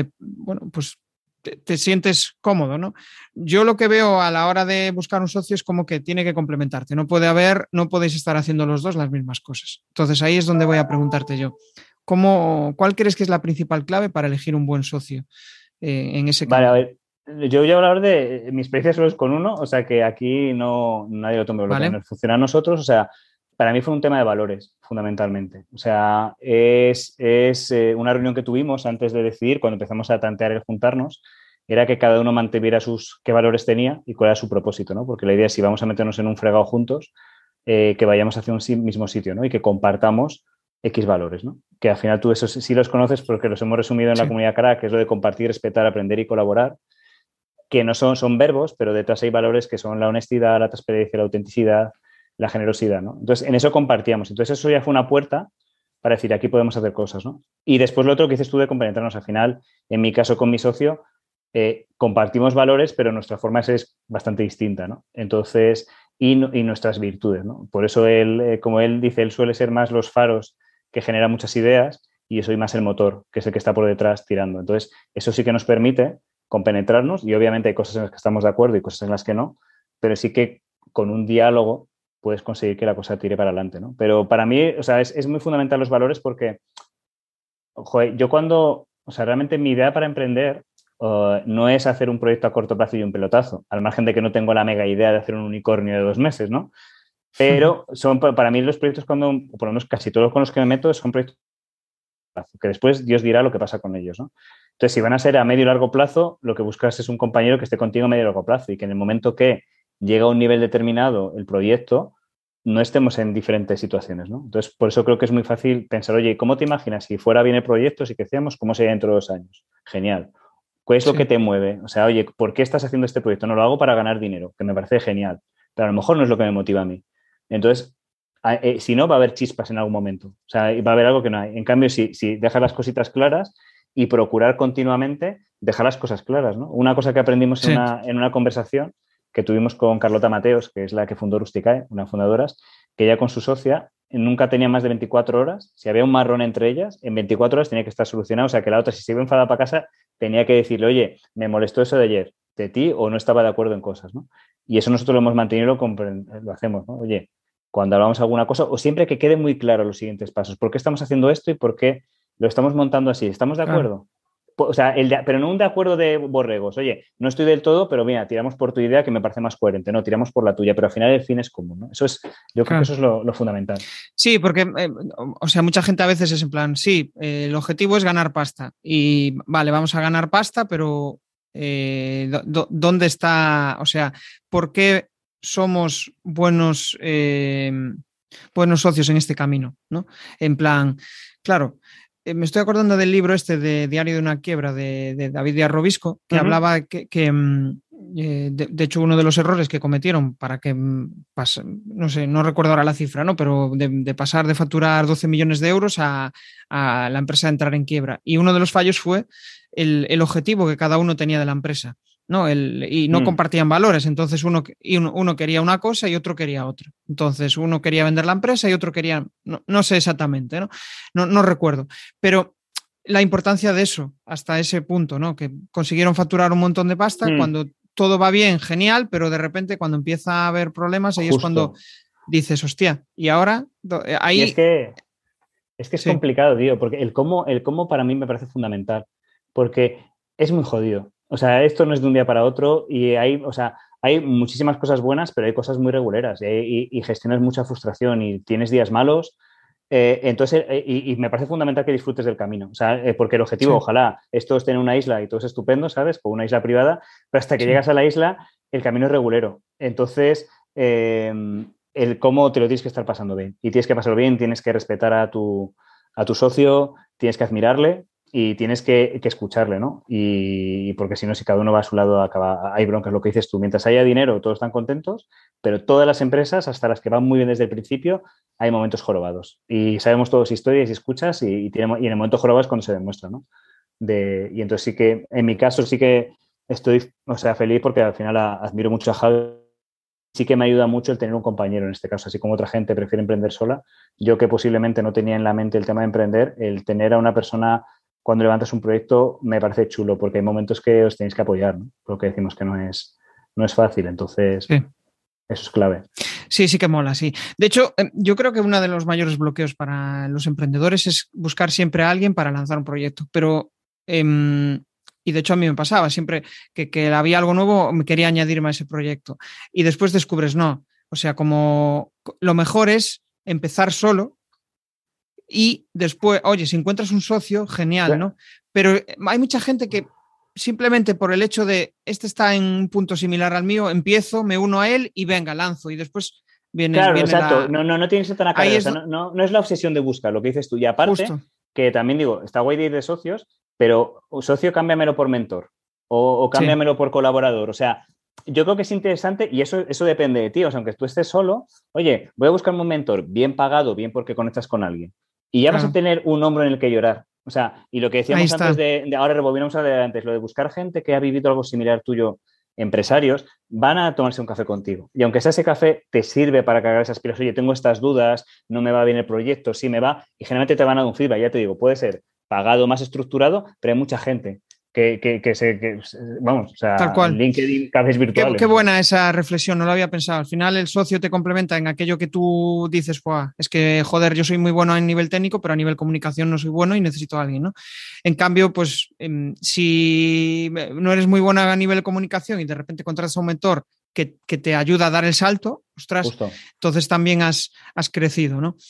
te sientes cómodo, ¿no? Yo lo que veo a la hora de buscar un socio es como que tiene que complementarte. No podéis estar haciendo los dos las mismas cosas. Entonces ahí es donde voy a preguntarte yo. ¿Cuál crees que es la principal clave para elegir un buen socio en ese
Vale, a
camino?
ver, yo voy a hablar de mi experiencia solo es con uno, o sea que aquí no nadie lo toma. Lo que
¿Vale?
nos funciona a nosotros, o sea, para mí fue un tema de valores, fundamentalmente. O sea, es una reunión que tuvimos antes de decidir, cuando empezamos a tantear el juntarnos, era que cada uno mantuviera qué valores tenía y cuál era su propósito, ¿no? Porque la idea es, si vamos a meternos en un fregado juntos, que vayamos hacia un mismo sitio, ¿no? Y que compartamos X valores, ¿no? Que al final tú esos sí los conoces porque los hemos resumido en la
Sí.
comunidad Crack, que es lo de compartir, respetar, aprender y colaborar, que no son verbos, pero detrás hay valores que son la honestidad, la transparencia, la autenticidad, la generosidad, ¿no? Entonces, en eso compartíamos. Entonces, eso ya fue una puerta para decir, aquí podemos hacer cosas, ¿no? Y después lo otro que dices tú de complementarnos, al final, en mi caso con mi socio, compartimos valores, pero nuestra forma es bastante distinta, ¿no? Entonces, y nuestras virtudes, ¿no? Por eso él, como él dice, él suele ser más los faros que generan muchas ideas y yo soy más el motor, que es el que está por detrás tirando. Entonces, eso sí que nos permite compenetrarnos y obviamente hay cosas en las que estamos de acuerdo y cosas en las que no, pero sí que con un diálogo puedes conseguir que la cosa tire para adelante, ¿no? Pero para mí, o sea, es muy fundamental los valores porque, joder, yo o sea, realmente mi idea para emprender no es hacer un proyecto a corto plazo y un pelotazo, al margen de que no tengo la mega idea de hacer un unicornio de 2 meses, ¿no? Pero para mí los proyectos cuando, o por lo menos casi todos con los que me meto, son proyectos que después Dios dirá lo que pasa con ellos, ¿no? Entonces, si van a ser a medio y largo plazo, lo que buscas es un compañero que esté contigo a medio y largo plazo y que en el momento que llega a un nivel determinado el proyecto, no estemos en diferentes situaciones, ¿no? Entonces, por eso creo que es muy fácil pensar, oye, ¿cómo te imaginas si fuera bien el proyecto, si crecíamos, cómo sería dentro de 2 años? Genial. ¿Cuál es lo que
Sí.
te mueve? O sea, oye, ¿por qué estás haciendo este proyecto? No lo hago para ganar dinero, que me parece genial, pero a lo mejor no es lo que me motiva a mí. Entonces, si no, va a haber chispas en algún momento. O sea, va a haber algo que no hay. En cambio, si dejas las cositas claras y procurar continuamente dejar las cosas claras, ¿no? Una cosa que aprendimos
Sí.
en una conversación que tuvimos con Carlota Mateos, que es la que fundó Rusticae, una fundadoras, que ella con su socia nunca tenía más de 24 horas. Si había un marrón entre ellas, en 24 horas tenía que estar solucionado. O sea, que la otra, si se iba enfadada para casa, tenía que decirle, oye, me molestó eso de ayer, de ti, o no estaba de acuerdo en cosas, ¿no? Y eso nosotros lo hemos mantenido, lo hacemos, ¿no? Oye, cuando hablamos alguna cosa, o siempre que quede muy claro los siguientes pasos. ¿Por qué estamos haciendo esto y por qué lo estamos montando así? ¿Estamos de
Claro.
acuerdo? O sea, pero no un de acuerdo de borregos. Oye, no estoy del todo, pero mira, tiramos por tu idea que me parece más coherente. No, tiramos por la tuya, pero al final el fin es común, ¿no? Yo creo que
Claro.
eso es lo fundamental.
Sí, porque, o sea, mucha gente a veces es en plan, sí, el objetivo es ganar pasta y vale, vamos a ganar pasta, pero ¿dónde está? O sea, ¿por qué somos buenos socios en este camino? ¿No? En plan, claro, me estoy acordando del libro este de Diario de una quiebra de David Díaz Robisco, que hablaba de hecho, uno de los errores que cometieron para que, no sé, no recuerdo ahora la cifra, ¿no? Pero de pasar de facturar 12 millones de euros a la empresa entrar en quiebra. Y uno de los fallos fue el objetivo que cada uno tenía de la empresa. ¿No? Y no compartían valores, entonces uno quería una cosa y otro quería otra. Entonces uno quería vender la empresa y otro quería, no sé exactamente, ¿no? No recuerdo, pero la importancia de eso hasta ese punto, ¿no? Que consiguieron facturar un montón de pasta, cuando todo va bien, genial, pero de repente cuando empieza a haber problemas, ahí es cuando
Justo.
dices, hostia, y ahora
Y
ahí
es
sí,
complicado, tío, porque el cómo para mí me parece fundamental, porque es muy jodido. O sea, esto no es de un día para otro y o sea, hay muchísimas cosas buenas, pero hay cosas muy reguleras y gestionas mucha frustración y tienes días malos. Entonces, y me parece fundamental que disfrutes del camino. O sea, porque el objetivo,
sí,
ojalá, esto es tener una isla y todo es estupendo, ¿sabes? Con una isla privada, pero hasta que
sí.
llegas a la isla, el camino es regulero. Entonces, el cómo te lo tienes que estar pasando bien. Y tienes que pasarlo bien, tienes que respetar a tu socio, tienes que admirarle, y tienes que escucharle, ¿no? Y porque si no, si cada uno va a su lado, hay broncas, lo que dices tú. Mientras haya dinero, todos están contentos, pero todas las empresas, hasta las que van muy bien desde el principio, hay momentos jorobados. Y sabemos todos historias y escuchas y en el momento jorobado es cuando se demuestra, ¿no? Y entonces sí que, en mi caso, sí que estoy, o sea, feliz porque al final admiro mucho a Javi. Sí que me ayuda mucho el tener un compañero en este caso, así como otra gente prefiere emprender sola. Yo que posiblemente no tenía en la mente el tema de emprender, el tener a una persona cuando levantas un proyecto me parece chulo porque hay momentos que os tenéis que apoyar, ¿no? Lo que decimos que no es fácil, entonces
Sí.
eso es clave.
Sí, sí que mola, sí. De hecho, yo creo que uno de los mayores bloqueos para los emprendedores es buscar siempre a alguien para lanzar un proyecto. Pero, y de hecho a mí me pasaba, siempre que había algo nuevo, me quería añadirme a ese proyecto. Y después descubres, no. O sea, como lo mejor es empezar solo y después, oye, si encuentras un socio, genial, ¿no? Pero hay mucha gente que simplemente por el hecho de este está en un punto similar al mío, empiezo, me uno a él y venga, lanzo. Y después
Claro,
viene
exacto.
la.
No tiene que ser tan
Ahí
acarreado. O
es
sea, no es la obsesión de buscar lo que dices tú. Y aparte,
justo.
que también digo, está guay de ir de socios, pero socio, cámbiamelo por mentor o
Sí,
cámbiamelo por colaborador. O sea, yo creo que es interesante y eso depende de ti. O sea, aunque tú estés solo, oye, voy a buscarme un mentor bien pagado, bien porque conectas con alguien. Y ya vas a
claro.
tener un hombro en el que llorar. O sea, y lo que
Ahí
decíamos antes
está.
ahora rebobinamos antes, lo de buscar gente que ha vivido algo similar tuyo, empresarios, van a tomarse un café contigo. Y aunque sea ese café, te sirve para cargar esas pilas. Oye, tengo estas dudas, no me va bien el proyecto, sí me va. Y generalmente te van a dar un feedback, ya te digo, puede ser pagado, más estructurado, pero hay mucha gente vamos, o
Tal
sea,
cual.
LinkedIn, cafés
Qué
virtuales. O sea.
buena esa reflexión, no lo había pensado. Al final el socio te complementa en aquello que tú dices, es que, joder, yo soy muy bueno a nivel técnico, pero a nivel comunicación no soy bueno y necesito a alguien, ¿no? En cambio, pues si no eres muy buena a nivel comunicación y de repente contratas a un mentor que te ayuda a dar el salto, ostras,
Justo.
entonces también has crecido, ¿no?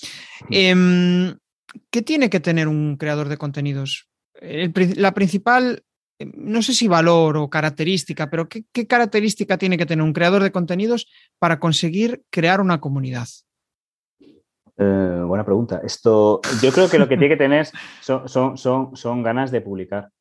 ¿Qué tiene que tener un creador de contenidos? La principal, no sé si valor o característica, pero ¿qué característica tiene que tener un creador de contenidos para conseguir crear una comunidad?
Buena pregunta. Yo creo que lo que tiene que tener son ganas de publicar.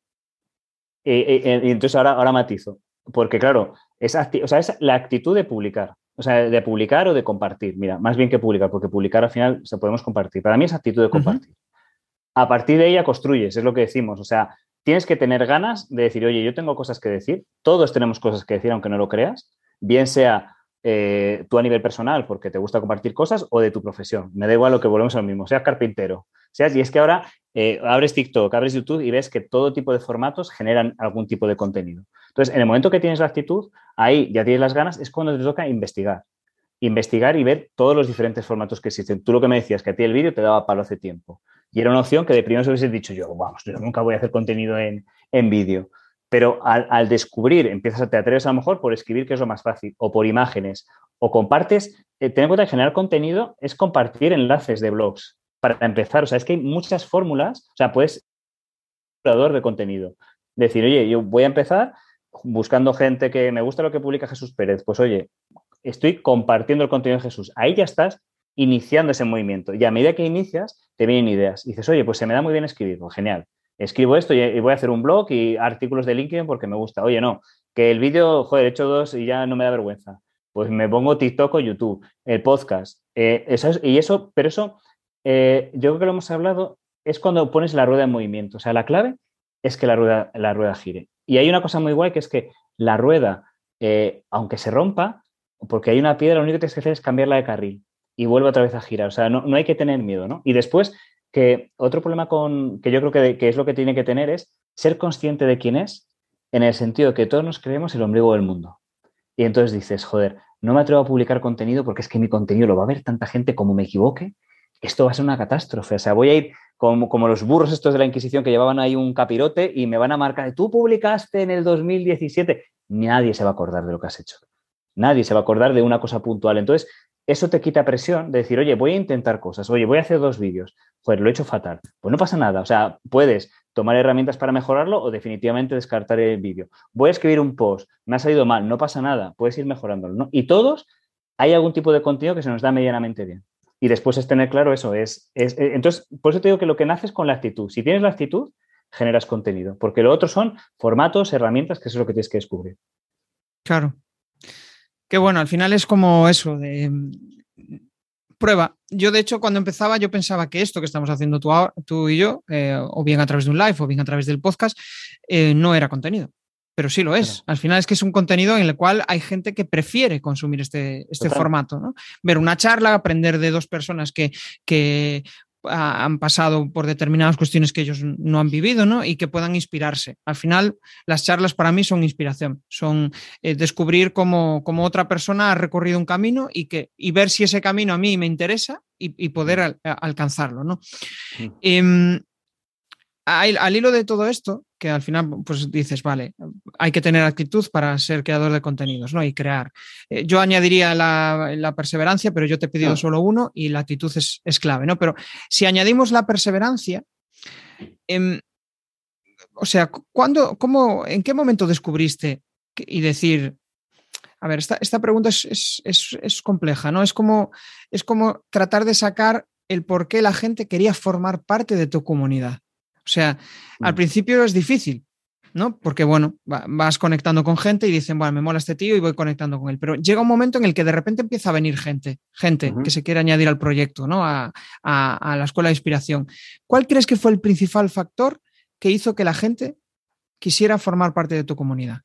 Y entonces ahora matizo, porque claro, o sea, es la actitud de publicar, o sea, de publicar o de compartir. Mira, más bien que publicar, porque publicar al final se podemos compartir. Para mí es actitud de
Uh -huh.
compartir. A partir de ella construyes, es lo que decimos. O sea, tienes que tener ganas de decir, oye, yo tengo cosas que decir, todos tenemos cosas que decir, aunque no lo creas, bien sea tú a nivel personal, porque te gusta compartir cosas, o de tu profesión. Me da igual lo que volvemos a lo mismo, seas carpintero. Y es que ahora abres TikTok, abres YouTube y ves que todo tipo de formatos generan algún tipo de contenido. Entonces, en el momento que tienes la actitud, ahí ya tienes las ganas, es cuando te toca investigar y ver todos los diferentes formatos que existen. Tú lo que me decías, que a ti el vídeo te daba palo hace tiempo. Y era una opción que de primero se hubiese dicho yo, vamos, yo nunca voy a hacer contenido en vídeo. Pero al descubrir, te atreves a lo mejor por escribir, que es lo más fácil, o por imágenes, o compartes. Ten en cuenta que generar contenido es compartir enlaces de blogs para empezar. O sea, es que hay muchas fórmulas. O sea, puedes ser creador de contenido. Decir, oye, yo voy a empezar buscando gente que me gusta lo que publica Jesús Pérez. Pues oye, estoy compartiendo el contenido de Jesús. Ahí ya estás iniciando ese movimiento. Y a medida que inicias, te vienen ideas. Y dices, oye, pues se me da muy bien escribir. Pues genial. Escribo esto y voy a hacer un blog y artículos de LinkedIn porque me gusta. Oye, no, que el vídeo, joder, he hecho 2 y ya no me da vergüenza. Pues me pongo TikTok o YouTube, el podcast. Pero eso, yo creo que lo hemos hablado, es cuando pones la rueda en movimiento. O sea, la clave es que la rueda gire. Y hay una cosa muy guay que es que la rueda, aunque se rompa, porque hay una piedra, lo único que tienes que hacer es cambiarla de carril y vuelve otra vez a girar. O sea, no hay que tener miedo, ¿no? Y después, que otro problema que yo creo que es lo que tiene que tener es ser consciente de quién es, en el sentido que todos nos creemos el ombligo del mundo. Y entonces dices, joder, no me atrevo a publicar contenido porque es que mi contenido lo va a ver tanta gente como me equivoque. Esto va a ser una catástrofe. O sea, voy a ir como los burros estos de la Inquisición que llevaban ahí un capirote y me van a marcar, tú publicaste en el 2017. Nadie se va a acordar de lo que has hecho. Nadie se va a acordar de una cosa puntual. Entonces, eso te quita presión de decir, oye, voy a intentar cosas, oye, voy a hacer 2 vídeos. Joder, lo he hecho fatal. Pues no pasa nada. O sea, puedes tomar herramientas para mejorarlo o definitivamente descartar el vídeo. Voy a escribir un post, me ha salido mal, no pasa nada, puedes ir mejorándolo, ¿no? Y todos hay algún tipo de contenido que se nos da medianamente bien. Y después es tener claro eso. Entonces, por eso te digo que lo que nace es con la actitud. Si tienes la actitud, generas contenido, porque lo otro son formatos, herramientas, que eso es lo que tienes que descubrir.
Claro. Que bueno, al final es como eso de prueba. Yo, de hecho, cuando empezaba, yo pensaba que esto que estamos haciendo tú y yo, o bien a través de un live o bien a través del podcast, no era contenido. Pero sí lo es.
Claro.
Al final es que es un contenido en el cual hay gente que prefiere consumir este formato, ¿no? Ver una charla, aprender de dos personas que han pasado por determinadas cuestiones que ellos no han vivido, ¿no? Y que puedan inspirarse. Al final, las charlas para mí son inspiración, son descubrir cómo otra persona ha recorrido un camino y ver si ese camino a mí me interesa y poder alcanzarlo, ¿no? Al hilo de todo esto, que al final pues dices, vale, hay que tener actitud para ser creador de contenidos, ¿no? Y crear. Yo añadiría la perseverancia, pero yo te he pedido solo uno y la actitud es clave, ¿no? Pero si añadimos la perseverancia, o sea, ¿en qué momento descubriste y decir, a ver, esta pregunta es compleja, ¿no? Es como tratar de sacar el por qué la gente quería formar parte de tu comunidad. O sea, al principio es difícil, ¿no? Porque, bueno, vas conectando con gente y dicen, bueno, me mola este tío y voy conectando con él. Pero llega un momento en el que de repente empieza a venir gente que se quiere añadir al proyecto, ¿no? A la escuela de inspiración. ¿Cuál crees que fue el principal factor que hizo que la gente quisiera formar parte de tu comunidad?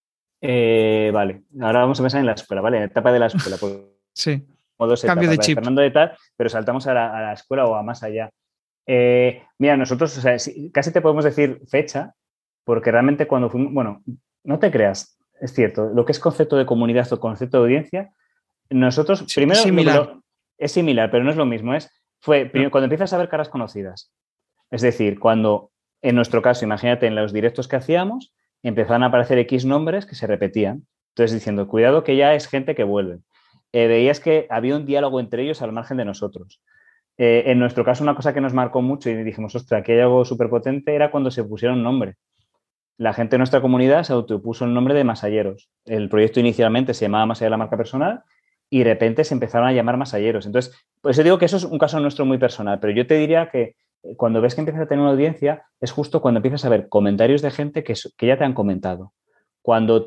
Vale, ahora vamos a pensar en la escuela, ¿vale? En la etapa de la escuela.
Sí,
Dos
cambio
etapas,
de
la de
chip.
Fernando de tal, pero saltamos a la escuela o a más allá. Mira, nosotros, o sea, casi te podemos decir fecha, porque realmente cuando fuimos, bueno, no te creas, es cierto, lo que es concepto de comunidad o concepto de audiencia, nosotros,
Sí, es
primero,
similar.
es similar, pero no es lo mismo,
No.
cuando empiezas a ver caras conocidas, es decir, cuando, en nuestro caso, imagínate, en los directos que hacíamos, empezaban a aparecer X nombres que se repetían, entonces diciendo, cuidado que ya es gente que vuelve. Veías que había un diálogo entre ellos al margen de nosotros. En nuestro caso, una cosa que nos marcó mucho y dijimos, ostras, aquí hay algo súper potente, era cuando se pusieron nombre. La gente de nuestra comunidad se autopuso el nombre de Masalleros. El proyecto inicialmente se llamaba Más allá de la marca personal y de repente se empezaron a llamar Masalleros. Entonces, pues yo digo que eso es un caso nuestro muy personal, pero yo te diría que cuando ves que empiezas a tener una audiencia es justo cuando empiezas a ver comentarios de gente que ya te han comentado. Cuando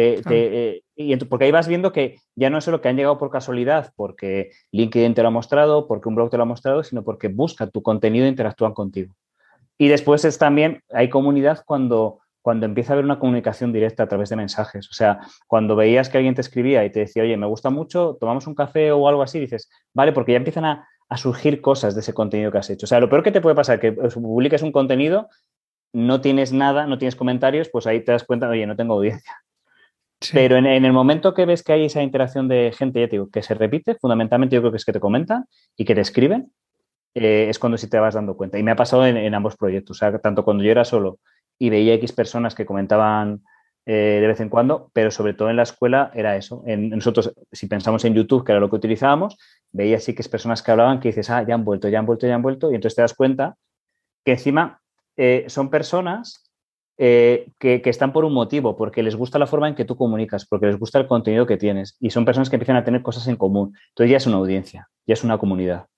porque ahí vas viendo que ya no es solo que han llegado por casualidad, porque LinkedIn te lo ha mostrado, porque un blog te lo ha mostrado, sino porque buscan tu contenido e interactúan contigo. Y después hay comunidad cuando empieza a haber una comunicación directa a través de mensajes. O sea, cuando veías que alguien te escribía y te decía, oye, me gusta mucho, tomamos un café o algo así, dices, vale, porque ya empiezan a surgir cosas de ese contenido que has hecho. O sea, lo peor que te puede pasar es que publiques un contenido, no tienes nada, no tienes comentarios, pues ahí te das cuenta, oye, no tengo audiencia. Sí. Pero en el momento que ves que hay esa interacción de gente, ya te digo, que se repite, fundamentalmente yo creo que es que te comentan y que te escriben, es cuando sí te vas dando cuenta. Y me ha pasado en ambos proyectos, o sea, tanto cuando yo era solo y veía X personas que comentaban de vez en cuando, pero sobre todo en la escuela era eso. Nosotros, si pensamos en YouTube, que era lo que utilizábamos, veía sí que es personas que hablaban que dices, ya han vuelto, ya han vuelto, ya han vuelto, y entonces te das cuenta que encima son personas que están por un motivo, porque les gusta la forma en que tú comunicas, porque les gusta el contenido que tienes, y son personas que empiezan a tener cosas en común. Entonces ya es una audiencia, ya es una comunidad.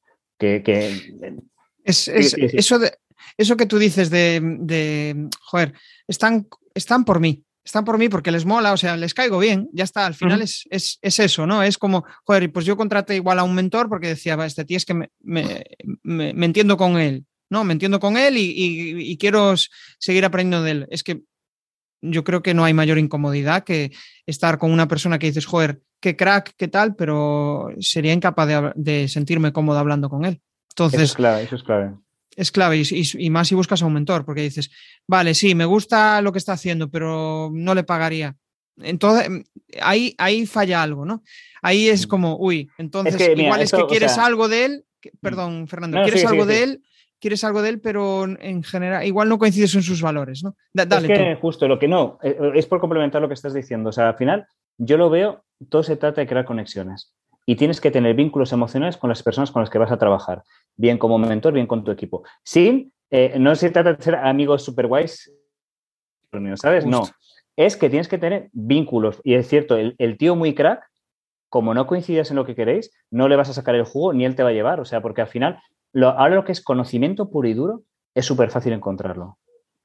Eso que tú dices joder, están por mí porque les mola, o sea, les caigo bien, ya está, al final es eso, ¿no? Es como, joder, pues yo contraté igual a un mentor porque decía, este tío es que me entiendo con él, ¿no? Me entiendo con él y quiero seguir aprendiendo de él. Es que yo creo que no hay mayor incomodidad que estar con una persona que dices, joder, qué crack, qué tal, pero sería incapaz de sentirme cómodo hablando con él. Entonces,
eso es clave, eso es clave.
Es clave y más si buscas a un mentor, porque dices, vale, sí, me gusta lo que está haciendo, pero no le pagaría. Entonces, ahí falla algo, ¿no? Ahí es como, uy, entonces igual es que quieres algo de él, perdón, Fernando, quieres algo de él, pero en general igual no coincides en sus valores, ¿no?
Dale, es que justo lo que no, es por complementar lo que estás diciendo. O sea, al final yo lo veo, todo se trata de crear conexiones. Y tienes que tener vínculos emocionales con las personas con las que vas a trabajar, bien como mentor, bien con tu equipo. Sí, no se trata de ser amigos super guays, ¿sabes? Justo. No, es que tienes que tener vínculos. Y es cierto, el tío muy crack, como no coincidas en lo que queréis, no le vas a sacar el jugo ni él te va a llevar. O sea, porque al final, ahora lo que es conocimiento puro y duro es súper fácil encontrarlo. O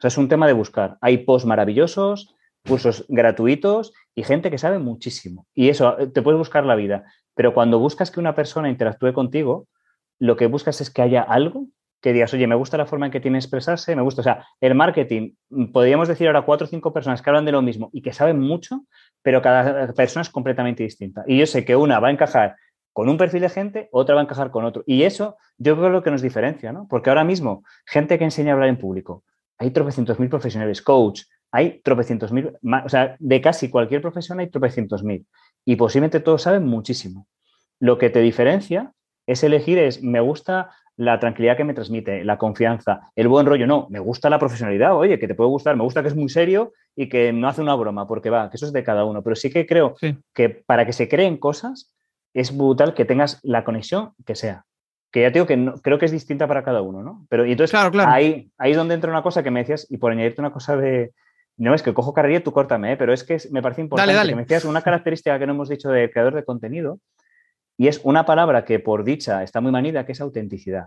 sea, es un tema de buscar. Hay posts maravillosos, cursos gratuitos y gente que sabe muchísimo. Y eso, te puedes buscar la vida. Pero cuando buscas que una persona interactúe contigo, lo que buscas es que haya algo que digas, oye, me gusta la forma en que tiene de expresarse, me gusta. O sea, el marketing, podríamos decir ahora 4 o 5 personas que hablan de lo mismo y que saben mucho, pero cada persona es completamente distinta. Y yo sé que una va a encajar con un perfil de gente, otra va a encajar con otro. Y eso yo creo que es lo que nos diferencia, ¿no? Porque ahora mismo, gente que enseña a hablar en público, hay tropecientos mil profesionales, coach, hay tropecientos mil, o sea, de casi cualquier profesión hay tropecientos mil. Y posiblemente todos saben muchísimo. Lo que te diferencia es elegir, me gusta la tranquilidad que me transmite, la confianza, el buen rollo. No, me gusta la profesionalidad, oye, que te puede gustar, me gusta que es muy serio y que no hace una broma, porque va, que eso es de cada uno. Pero sí que creo que para que se creen cosas es brutal que tengas la conexión que sea. Que ya te digo que no, creo que es distinta para cada uno, ¿no? Pero y entonces
claro.
Ahí es donde entra una cosa que me decías, y por añadirte una cosa de... No, es que cojo carrera y tú córtame, pero es que me parece importante
Dale.
que me decías una característica que no hemos dicho de creador de contenido, y es una palabra que por dicha está muy manida, que es autenticidad.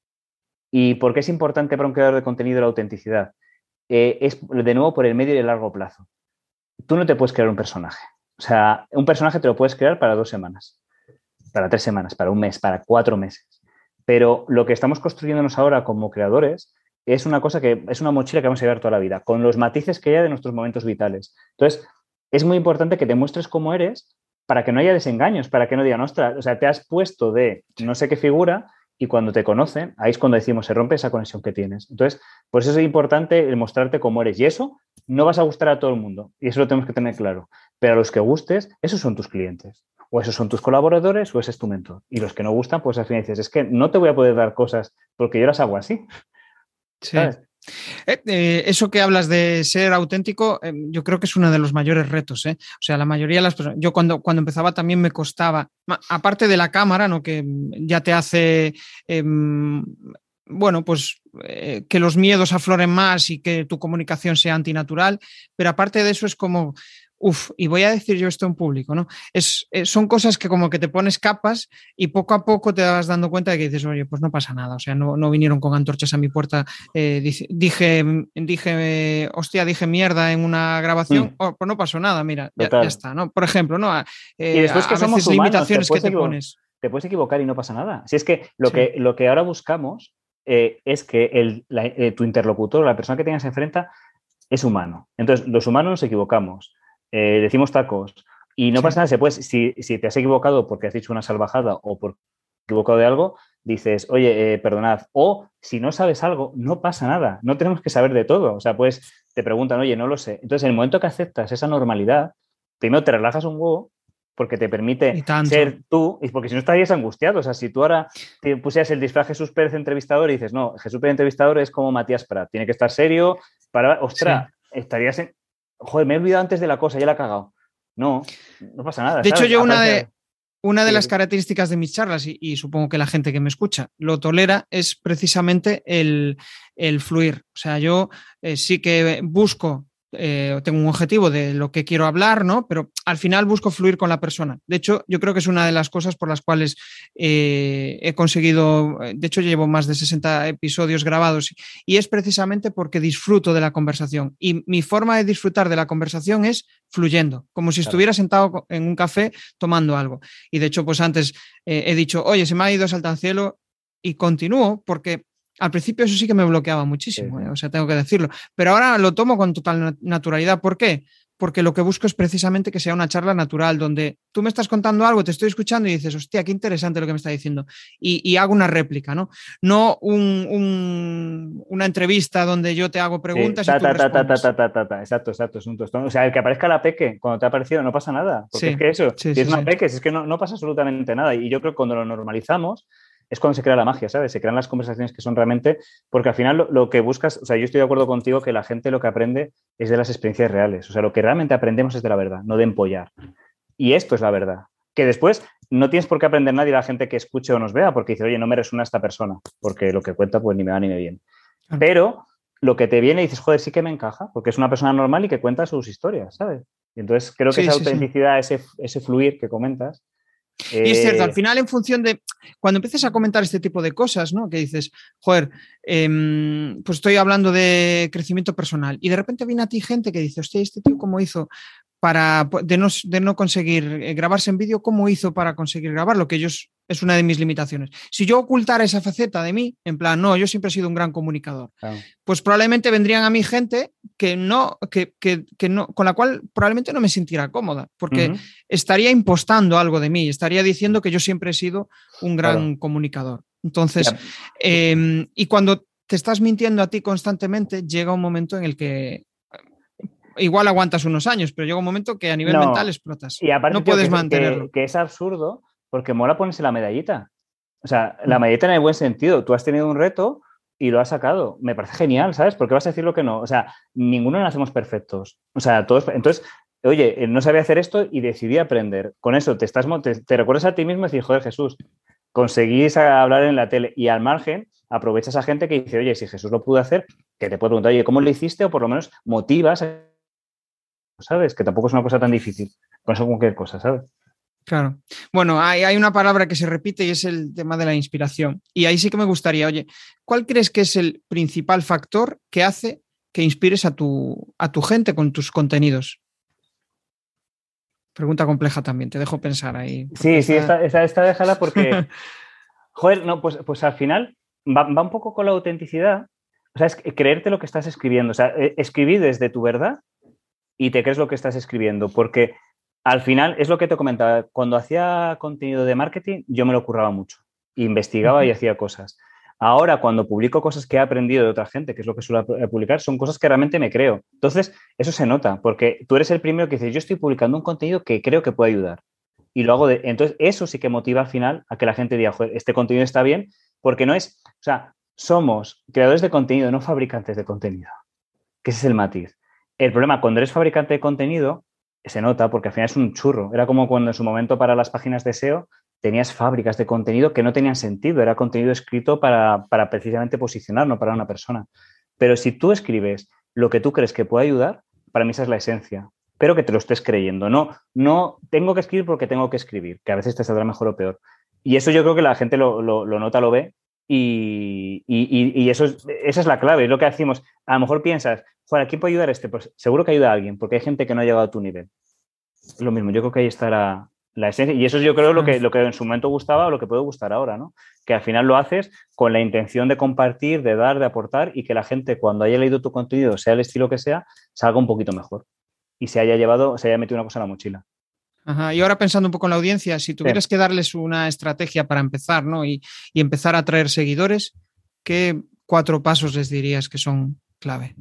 ¿Y por qué es importante para un creador de contenido la autenticidad? Es, de nuevo, por el medio y el largo plazo. Tú no te puedes crear un personaje. O sea, un personaje te lo puedes crear para 2 semanas, para 3 semanas, para un mes, para 4 meses. Pero lo que estamos construyéndonos ahora como creadores es una cosa que es una mochila que vamos a llevar toda la vida, con los matices que haya de nuestros momentos vitales. Entonces, es muy importante que te muestres cómo eres para que no haya desengaños, para que no digan, ostras, o sea, te has puesto de no sé qué figura y cuando te conocen, ahí es cuando decimos, se rompe esa conexión que tienes. Entonces, por eso es importante el mostrarte cómo eres. Y eso no vas a gustar a todo el mundo. Y eso lo tenemos que tener claro. Pero a los que gustes, esos son tus clientes. O esos son tus colaboradores o ese es tu mentor. Y los que no gustan, pues al final dices, es que no te voy a poder dar cosas porque yo las hago así.
Sí. ¿Sabes? Eso que hablas de ser auténtico, yo creo que es uno de los mayores retos. O sea, la mayoría de las personas, yo cuando empezaba también me costaba, aparte de la cámara, ¿no? Que ya te hace, bueno, pues que los miedos afloren más y que tu comunicación sea antinatural, pero aparte de eso es como... y voy a decir yo esto en público, ¿no? Son cosas que como que te pones capas y poco a poco te vas dando cuenta de que dices, oye, pues no pasa nada, o sea, no vinieron con antorchas a mi puerta, dije mierda en una grabación, pues no pasó nada, mira, ya está, ¿no? Por ejemplo, ¿no?
Y después que
a
somos
veces
humanos,
limitaciones que te pones.
Te puedes equivocar y no pasa nada. Si es que lo que ahora buscamos es que tu interlocutor, la persona que tengas enfrente, es humano. Entonces, los humanos nos equivocamos. Decimos tacos y no pasa nada. Si te has equivocado porque has dicho una salvajada o por equivocado de algo, dices, oye, perdonad. O si no sabes algo, no pasa nada. No tenemos que saber de todo. O sea, pues te preguntan, oye, no lo sé. Entonces, en el momento que aceptas esa normalidad, primero te relajas un huevo porque te permite ser tú, y porque si no estarías angustiado. O sea, si tú ahora te pusieras el disfraz Jesús Pérez entrevistador y dices, no, Jesús Pérez entrevistador es como Matías Prat, tiene que estar serio, ostras, estarías en... Joder, me he olvidado antes de la cosa, ya la he cagado. No pasa nada.
De hecho, yo una de
sí,
las características de mis charlas, y supongo que la gente que me escucha lo tolera, es precisamente el fluir. O sea, yo sí que busco, tengo un objetivo de lo que quiero hablar, ¿no? Pero al final busco fluir con la persona. De hecho, yo creo que es una de las cosas por las cuales he conseguido, de hecho llevo más de 60 episodios grabados y es precisamente porque disfruto de la conversación. Y mi forma de disfrutar de la conversación es fluyendo, como si estuviera sentado en un café tomando algo. Y de hecho, pues antes he dicho, oye, se me ha ido Saltancielo y continúo porque al principio eso sí que me bloqueaba muchísimo, o sea, tengo que decirlo. Pero ahora lo tomo con total naturalidad. ¿Por qué? Porque lo que busco es precisamente que sea una charla natural, donde tú me estás contando algo, te estoy escuchando y dices, hostia, qué interesante lo que me está diciendo. Y hago una réplica, ¿no? No una entrevista donde yo te hago preguntas y tú respondes.
Exacto. Es un tostón. O sea, el que aparezca la peque cuando te ha aparecido no pasa nada. Porque es que eso, si es una peque, es que no pasa absolutamente nada. Y yo creo que cuando lo normalizamos es cuando se crea la magia, ¿sabes? Se crean las conversaciones que son realmente... Porque al final lo que buscas... O sea, yo estoy de acuerdo contigo que la gente lo que aprende es de las experiencias reales. O sea, lo que realmente aprendemos es de la verdad, no de empollar. Y esto es la verdad. Que después no tienes por qué aprender nadie la gente que escuche o nos vea porque dice, oye, no me resuena esta persona porque lo que cuenta pues ni me va ni me viene. Pero lo que te viene y dices, joder, sí que me encaja porque es una persona normal y que cuenta sus historias, ¿sabes? Y entonces creo que esa autenticidad, ese fluir que comentas,
Y es cierto, al final, en función de cuando empieces a comentar este tipo de cosas, ¿no? Que dices, joder, pues estoy hablando de crecimiento personal y de repente viene a ti gente que dice, hostia, este tío cómo hizo de no conseguir grabarse en vídeo, cómo hizo para conseguir grabarlo, que es una de mis limitaciones. Si yo ocultara esa faceta de mí, en plan, no, yo siempre he sido un gran comunicador, pues probablemente vendrían a mí gente que no, con la cual probablemente no me sintiera cómoda, porque estaría impostando algo de mí, estaría diciendo que yo siempre he sido un gran comunicador. Entonces, y cuando te estás mintiendo a ti constantemente, llega un momento en el que igual aguantas unos años, pero llega un momento que a nivel mental explotas.
Y aparte,
no puedes mantenerlo.
Que es absurdo porque mola ponerse la medallita. O sea, la medallita en el buen sentido. Tú has tenido un reto y lo has sacado. Me parece genial, ¿sabes? ¿Por qué vas a decir lo que no? O sea, ninguno nacemos perfectos. O sea, todos. Entonces, oye, no sabía hacer esto y decidí aprender. Con eso te recuerdas a ti mismo y decir, joder, Jesús, conseguís hablar en la tele y al margen aprovechas a gente que dice, oye, si Jesús lo pudo hacer, que te puede preguntar, oye, ¿cómo lo hiciste? O por lo menos motivas a ¿sabes? Que tampoco es una cosa tan difícil. Con eso cualquier cosa, ¿sabes?
Claro. Bueno, hay una palabra que se repite y es el tema de la inspiración. Y ahí sí que me gustaría, oye, ¿cuál crees que es el principal factor que hace que inspires a tu gente con tus contenidos? Pregunta compleja también, te dejo pensar ahí.
Sí, esta déjala porque, joder, no, pues al final va un poco con la autenticidad. O sea, es creerte lo que estás escribiendo. O sea, escribir desde tu verdad y te crees lo que estás escribiendo, porque al final es lo que te comentaba, cuando hacía contenido de marketing yo me lo curraba mucho, investigaba y hacía cosas. Ahora cuando publico cosas que he aprendido de otra gente, que es lo que suelo publicar, son cosas que realmente me creo. Entonces, eso se nota, porque tú eres el primero que dice, yo estoy publicando un contenido que creo que puede ayudar. Y lo hago entonces, eso sí que motiva al final a que la gente diga, joder, este contenido está bien, porque no es, o sea, somos creadores de contenido, no fabricantes de contenido, que ese es el matiz. El problema, cuando eres fabricante de contenido, se nota porque al final es un churro. Era como cuando en su momento para las páginas de SEO tenías fábricas de contenido que no tenían sentido. Era contenido escrito para precisamente posicionar, no para una persona. Pero si tú escribes lo que tú crees que puede ayudar, para mí esa es la esencia. Pero que te lo estés creyendo. No tengo que escribir porque tengo que escribir, que a veces te saldrá mejor o peor. Y eso yo creo que la gente lo nota, lo ve. Y eso esa es la clave, es lo que decimos. A lo mejor piensas, ¿a quién puede ayudar este? Pues seguro que ayuda a alguien, porque hay gente que no ha llegado a tu nivel. Es lo mismo, yo creo que ahí está la esencia. Y eso es, yo creo, lo que en su momento gustaba o lo que puede gustar ahora, ¿no? Que al final lo haces con la intención de compartir, de dar, de aportar y que la gente, cuando haya leído tu contenido, sea el estilo que sea, salga un poquito mejor y se haya metido una cosa en la mochila.
Ajá. Y ahora pensando un poco en la audiencia, si tuvieras que darles una estrategia para empezar, ¿no? Y empezar a atraer seguidores, ¿qué 4 pasos les dirías que son clave?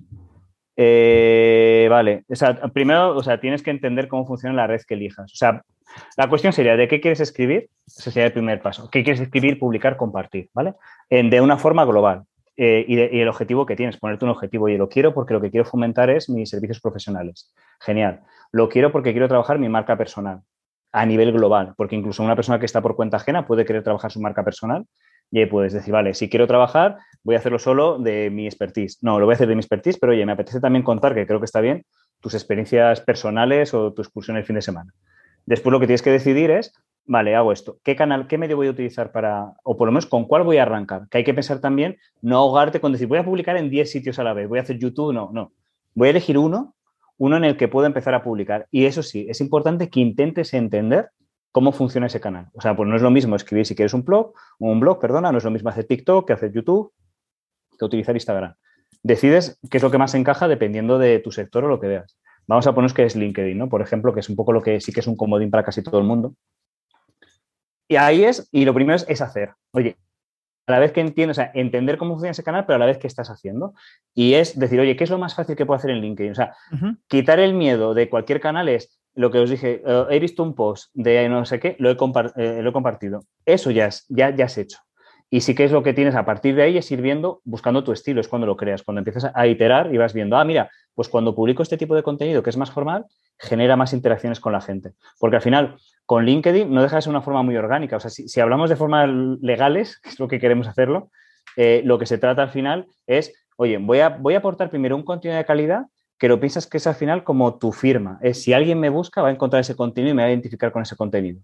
Vale, o sea, primero, o sea, tienes que entender cómo funciona la red que elijas. O sea, la cuestión sería, ¿de qué quieres escribir? Ese sería el primer paso. ¿Qué quieres escribir, publicar, compartir? ¿Vale? De una forma global. Y el objetivo que tienes, ponerte un objetivo. Y lo quiero porque lo que quiero fomentar es mis servicios profesionales. Genial. Lo quiero porque quiero trabajar mi marca personal a nivel global, porque incluso una persona que está por cuenta ajena puede querer trabajar su marca personal y ahí puedes decir, vale, si quiero trabajar, voy a hacerlo solo de mi expertise. No, lo voy a hacer de mi expertise, pero oye, me apetece también contar, que creo que está bien, tus experiencias personales o tu excursión el fin de semana. Después lo que tienes que decidir es, vale, hago esto. ¿Qué canal, qué medio voy a utilizar o por lo menos con cuál voy a arrancar? Que hay que pensar también, no ahogarte con decir, voy a publicar en 10 sitios a la vez, voy a hacer YouTube, no. Voy a elegir uno en el que puedo empezar a publicar. Y eso sí, es importante que intentes entender cómo funciona ese canal. O sea, pues no es lo mismo escribir si quieres un blog, no es lo mismo hacer TikTok que hacer YouTube, que utilizar Instagram. Decides qué es lo que más encaja dependiendo de tu sector o lo que veas. Vamos a poner que es LinkedIn, ¿no? Por ejemplo, que es un poco lo que sí que es un comodín para casi todo el mundo. Y ahí y lo primero es hacer. Oye, a la vez que entiendes, o sea, entender cómo funciona ese canal, pero a la vez qué estás haciendo. Y es decir, oye, ¿qué es lo más fácil que puedo hacer en LinkedIn? O sea, quitar el miedo de cualquier canal es lo que os dije, he visto un post de no sé qué, lo he compartido. Eso ya has hecho. Y sí que es lo que tienes a partir de ahí, es ir viendo, buscando tu estilo, es cuando lo creas, cuando empiezas a iterar y vas viendo, mira, pues cuando publico este tipo de contenido que es más formal, genera más interacciones con la gente. Porque al final, con LinkedIn no deja de ser una forma muy orgánica. O sea, si hablamos de formas legales, que es lo que queremos hacerlo, lo que se trata al final es, oye, voy a aportar primero un contenido de calidad que lo piensas que es al final como tu firma. Si alguien me busca, va a encontrar ese contenido y me va a identificar con ese contenido.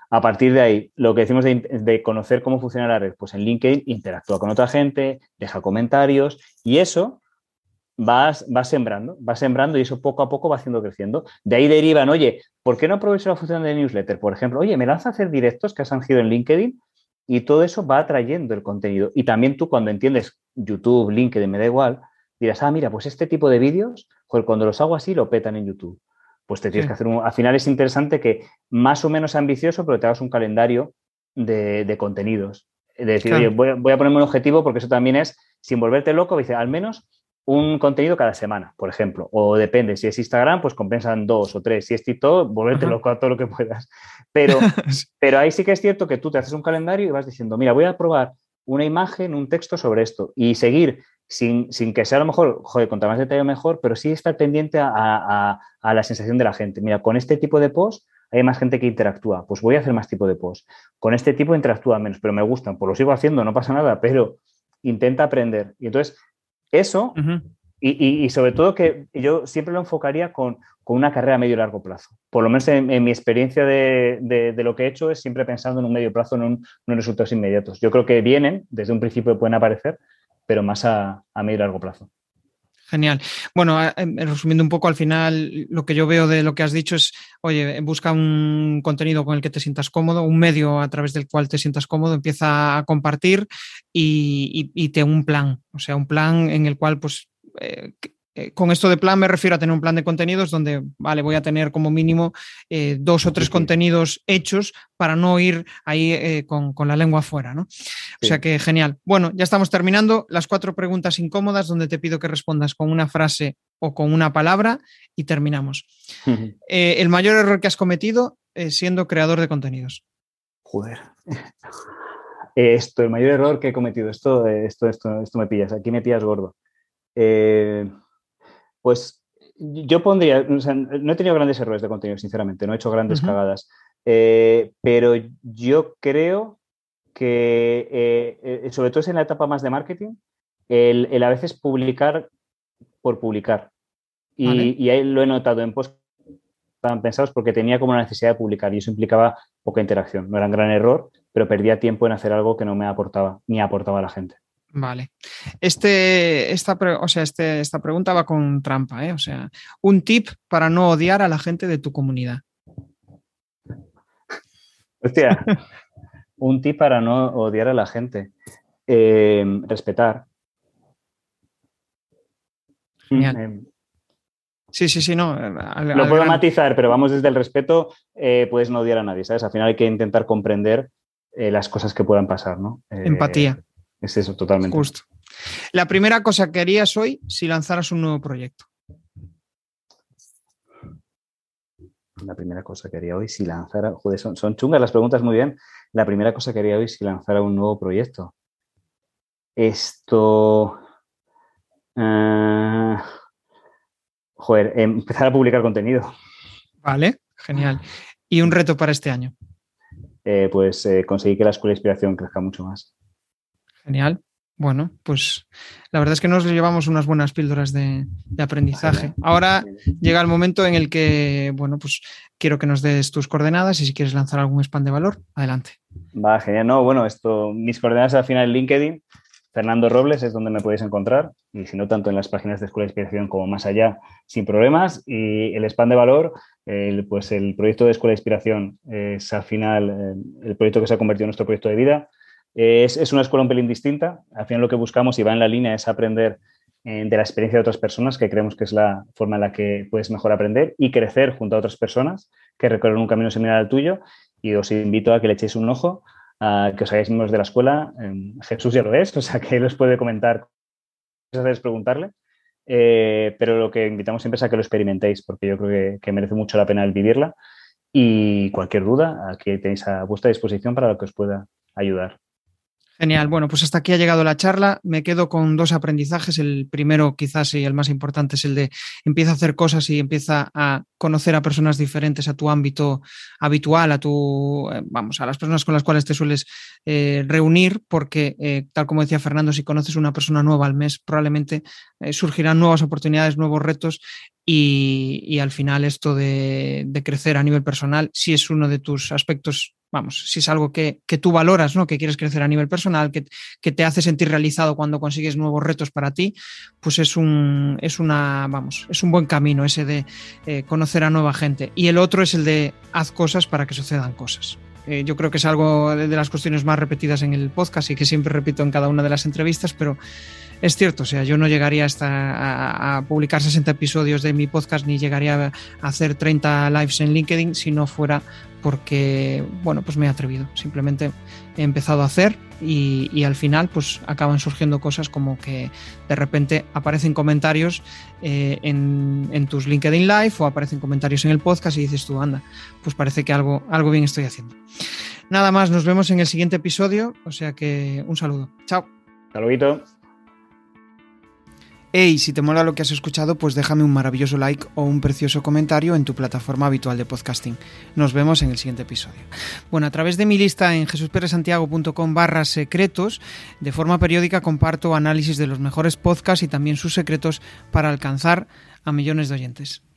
A partir de ahí, lo que decimos de conocer cómo funciona la red, pues en LinkedIn interactúa con otra gente, deja comentarios y eso va sembrando y eso poco a poco va haciendo creciendo. De ahí derivan, oye, ¿por qué no aprovecho la función de newsletter? Por ejemplo, oye, me lanzo a hacer directos que has surgido en LinkedIn y todo eso va atrayendo el contenido. Y también tú cuando entiendes YouTube, LinkedIn, me da igual, dirás, mira, pues este tipo de vídeos, joder, cuando los hago así lo petan en YouTube. Pues te tienes que hacer al final es interesante que más o menos ambicioso, pero te hagas un calendario de contenidos. De decir, oye, voy a ponerme un objetivo porque eso también es, sin volverte loco, dice, al menos un contenido cada semana, por ejemplo. O depende, si es Instagram, pues compensan 2 o 3. Si es TikTok, volverte loco a todo lo que puedas. Pero ahí sí que es cierto que tú te haces un calendario y vas diciendo, mira, voy a probar una imagen, un texto sobre esto y seguir sin que sea a lo mejor, joder, contra más detalle mejor, pero sí estar pendiente a la sensación de la gente. Mira, con este tipo de post hay más gente que interactúa, pues voy a hacer más tipo de post. Con este tipo interactúa menos, pero me gustan, pues lo sigo haciendo, no pasa nada, pero intenta aprender. Y entonces, eso, y sobre todo que yo siempre lo enfocaría con una carrera a medio y largo plazo. Por lo menos en mi experiencia de lo que he hecho es siempre pensando en un medio plazo, no en resultados inmediatos. Yo creo que vienen, desde un principio pueden aparecer, pero más a medio y largo plazo.
Genial. Bueno, resumiendo un poco, al final lo que yo veo de lo que has dicho es, oye, busca un contenido con el que te sientas cómodo, un medio a través del cual te sientas cómodo, empieza a compartir y ten un plan, o sea, un plan en el cual, pues, con esto de plan me refiero a tener un plan de contenidos donde, vale, voy a tener como mínimo 2 o 3 contenidos hechos para no ir ahí con la lengua afuera, ¿no? O sea que genial. Bueno, ya estamos terminando. Las 4 preguntas incómodas donde te pido que respondas con una frase o con una palabra y terminamos. El mayor error que has cometido siendo creador de contenidos.
Joder. El mayor error que he cometido. Esto me pillas. Aquí me pillas gordo. Pues yo pondría, o sea, no he tenido grandes errores de contenido, sinceramente, no he hecho grandes cagadas, pero yo creo que, sobre todo es en la etapa más de marketing, el a veces publicar por publicar. Y ahí lo he notado en posts que estaban pensados porque tenía como una necesidad de publicar y eso implicaba poca interacción. No era un gran error, pero perdía tiempo en hacer algo que no me aportaba ni aportaba a la gente.
Vale. Esta pregunta va con trampa, ¿eh? O sea, un tip para no odiar a la gente de tu comunidad.
Hostia, un tip para no odiar a la gente. Respetar.
Genial. Sí, no.
Lo puedo matizar, pero vamos desde el respeto, puedes no odiar a nadie, ¿sabes? Al final hay que intentar comprender las cosas que puedan pasar, ¿no?
Empatía.
Es eso, totalmente.
Justo. La primera cosa que harías hoy si lanzaras un nuevo proyecto.
La primera cosa que haría hoy si lanzara... Joder, son chungas las preguntas, muy bien. La primera cosa que haría hoy si lanzara un nuevo proyecto. Esto... empezar a publicar contenido.
Vale, genial. ¿Y un reto para este año?
Conseguir que la Escuela de Inspiración crezca mucho más.
Genial. Bueno, pues la verdad es que nos llevamos unas buenas píldoras de aprendizaje. Ahora llega el momento en el que, bueno, pues quiero que nos des tus coordenadas y si quieres lanzar algún spam de valor, adelante.
Va, genial. No, bueno, mis coordenadas al final en LinkedIn, Fernando Robles es donde me podéis encontrar y si no, tanto en las páginas de Escuela de Inspiración como más allá, sin problemas. Y el spam de valor, pues el proyecto de Escuela de Inspiración es al final el proyecto que se ha convertido en nuestro proyecto de vida. Es una escuela un pelín distinta. Al final lo que buscamos y va en la línea es aprender de la experiencia de otras personas, que creemos que es la forma en la que puedes mejor aprender y crecer junto a otras personas que recorren un camino similar al tuyo. Y os invito a que le echéis un ojo, a que os hagáis miembros de la escuela. Jesús ya lo es, o sea que él os puede comentar, es preguntarle. Pero lo que invitamos siempre es a que lo experimentéis, porque yo creo que merece mucho la pena el vivirla. Y cualquier duda, aquí tenéis a vuestra disposición para lo que os pueda ayudar.
Genial. Bueno, pues hasta aquí ha llegado la charla. Me quedo con 2 aprendizajes. El primero, quizás, y el más importante, es el de empieza a hacer cosas y empieza a conocer a personas diferentes a tu ámbito habitual, a las personas con las cuales te sueles reunir, porque, tal como decía Fernando, si conoces una persona nueva al mes, probablemente surgirán nuevas oportunidades, nuevos retos y al final esto de crecer a nivel personal, si es uno de tus aspectos vamos, si es algo que tú valoras, ¿no? Que quieres crecer a nivel personal, que te hace sentir realizado cuando consigues nuevos retos para ti, pues es un buen camino ese de conocer a nueva gente. Y el otro es el de haz cosas para que sucedan cosas. Yo creo que es algo de las cuestiones más repetidas en el podcast y que siempre repito en cada una de las entrevistas, pero es cierto, o sea, yo no llegaría a publicar 60 episodios de mi podcast ni llegaría a hacer 30 lives en LinkedIn si no fuera porque, bueno, pues me he atrevido. Simplemente he empezado a hacer y al final pues acaban surgiendo cosas como que de repente aparecen comentarios en tus LinkedIn Live o aparecen comentarios en el podcast y dices tú, anda, pues parece que algo bien estoy haciendo. Nada más, nos vemos en el siguiente episodio, o sea que un saludo. Chao.
Hasta luego.
Hey, si te mola lo que has escuchado, pues déjame un maravilloso like o un precioso comentario en tu plataforma habitual de podcasting. Nos vemos en el siguiente episodio. Bueno, a través de mi lista en jesusperesantiago.com/secretos, de forma periódica comparto análisis de los mejores podcasts y también sus secretos para alcanzar a millones de oyentes.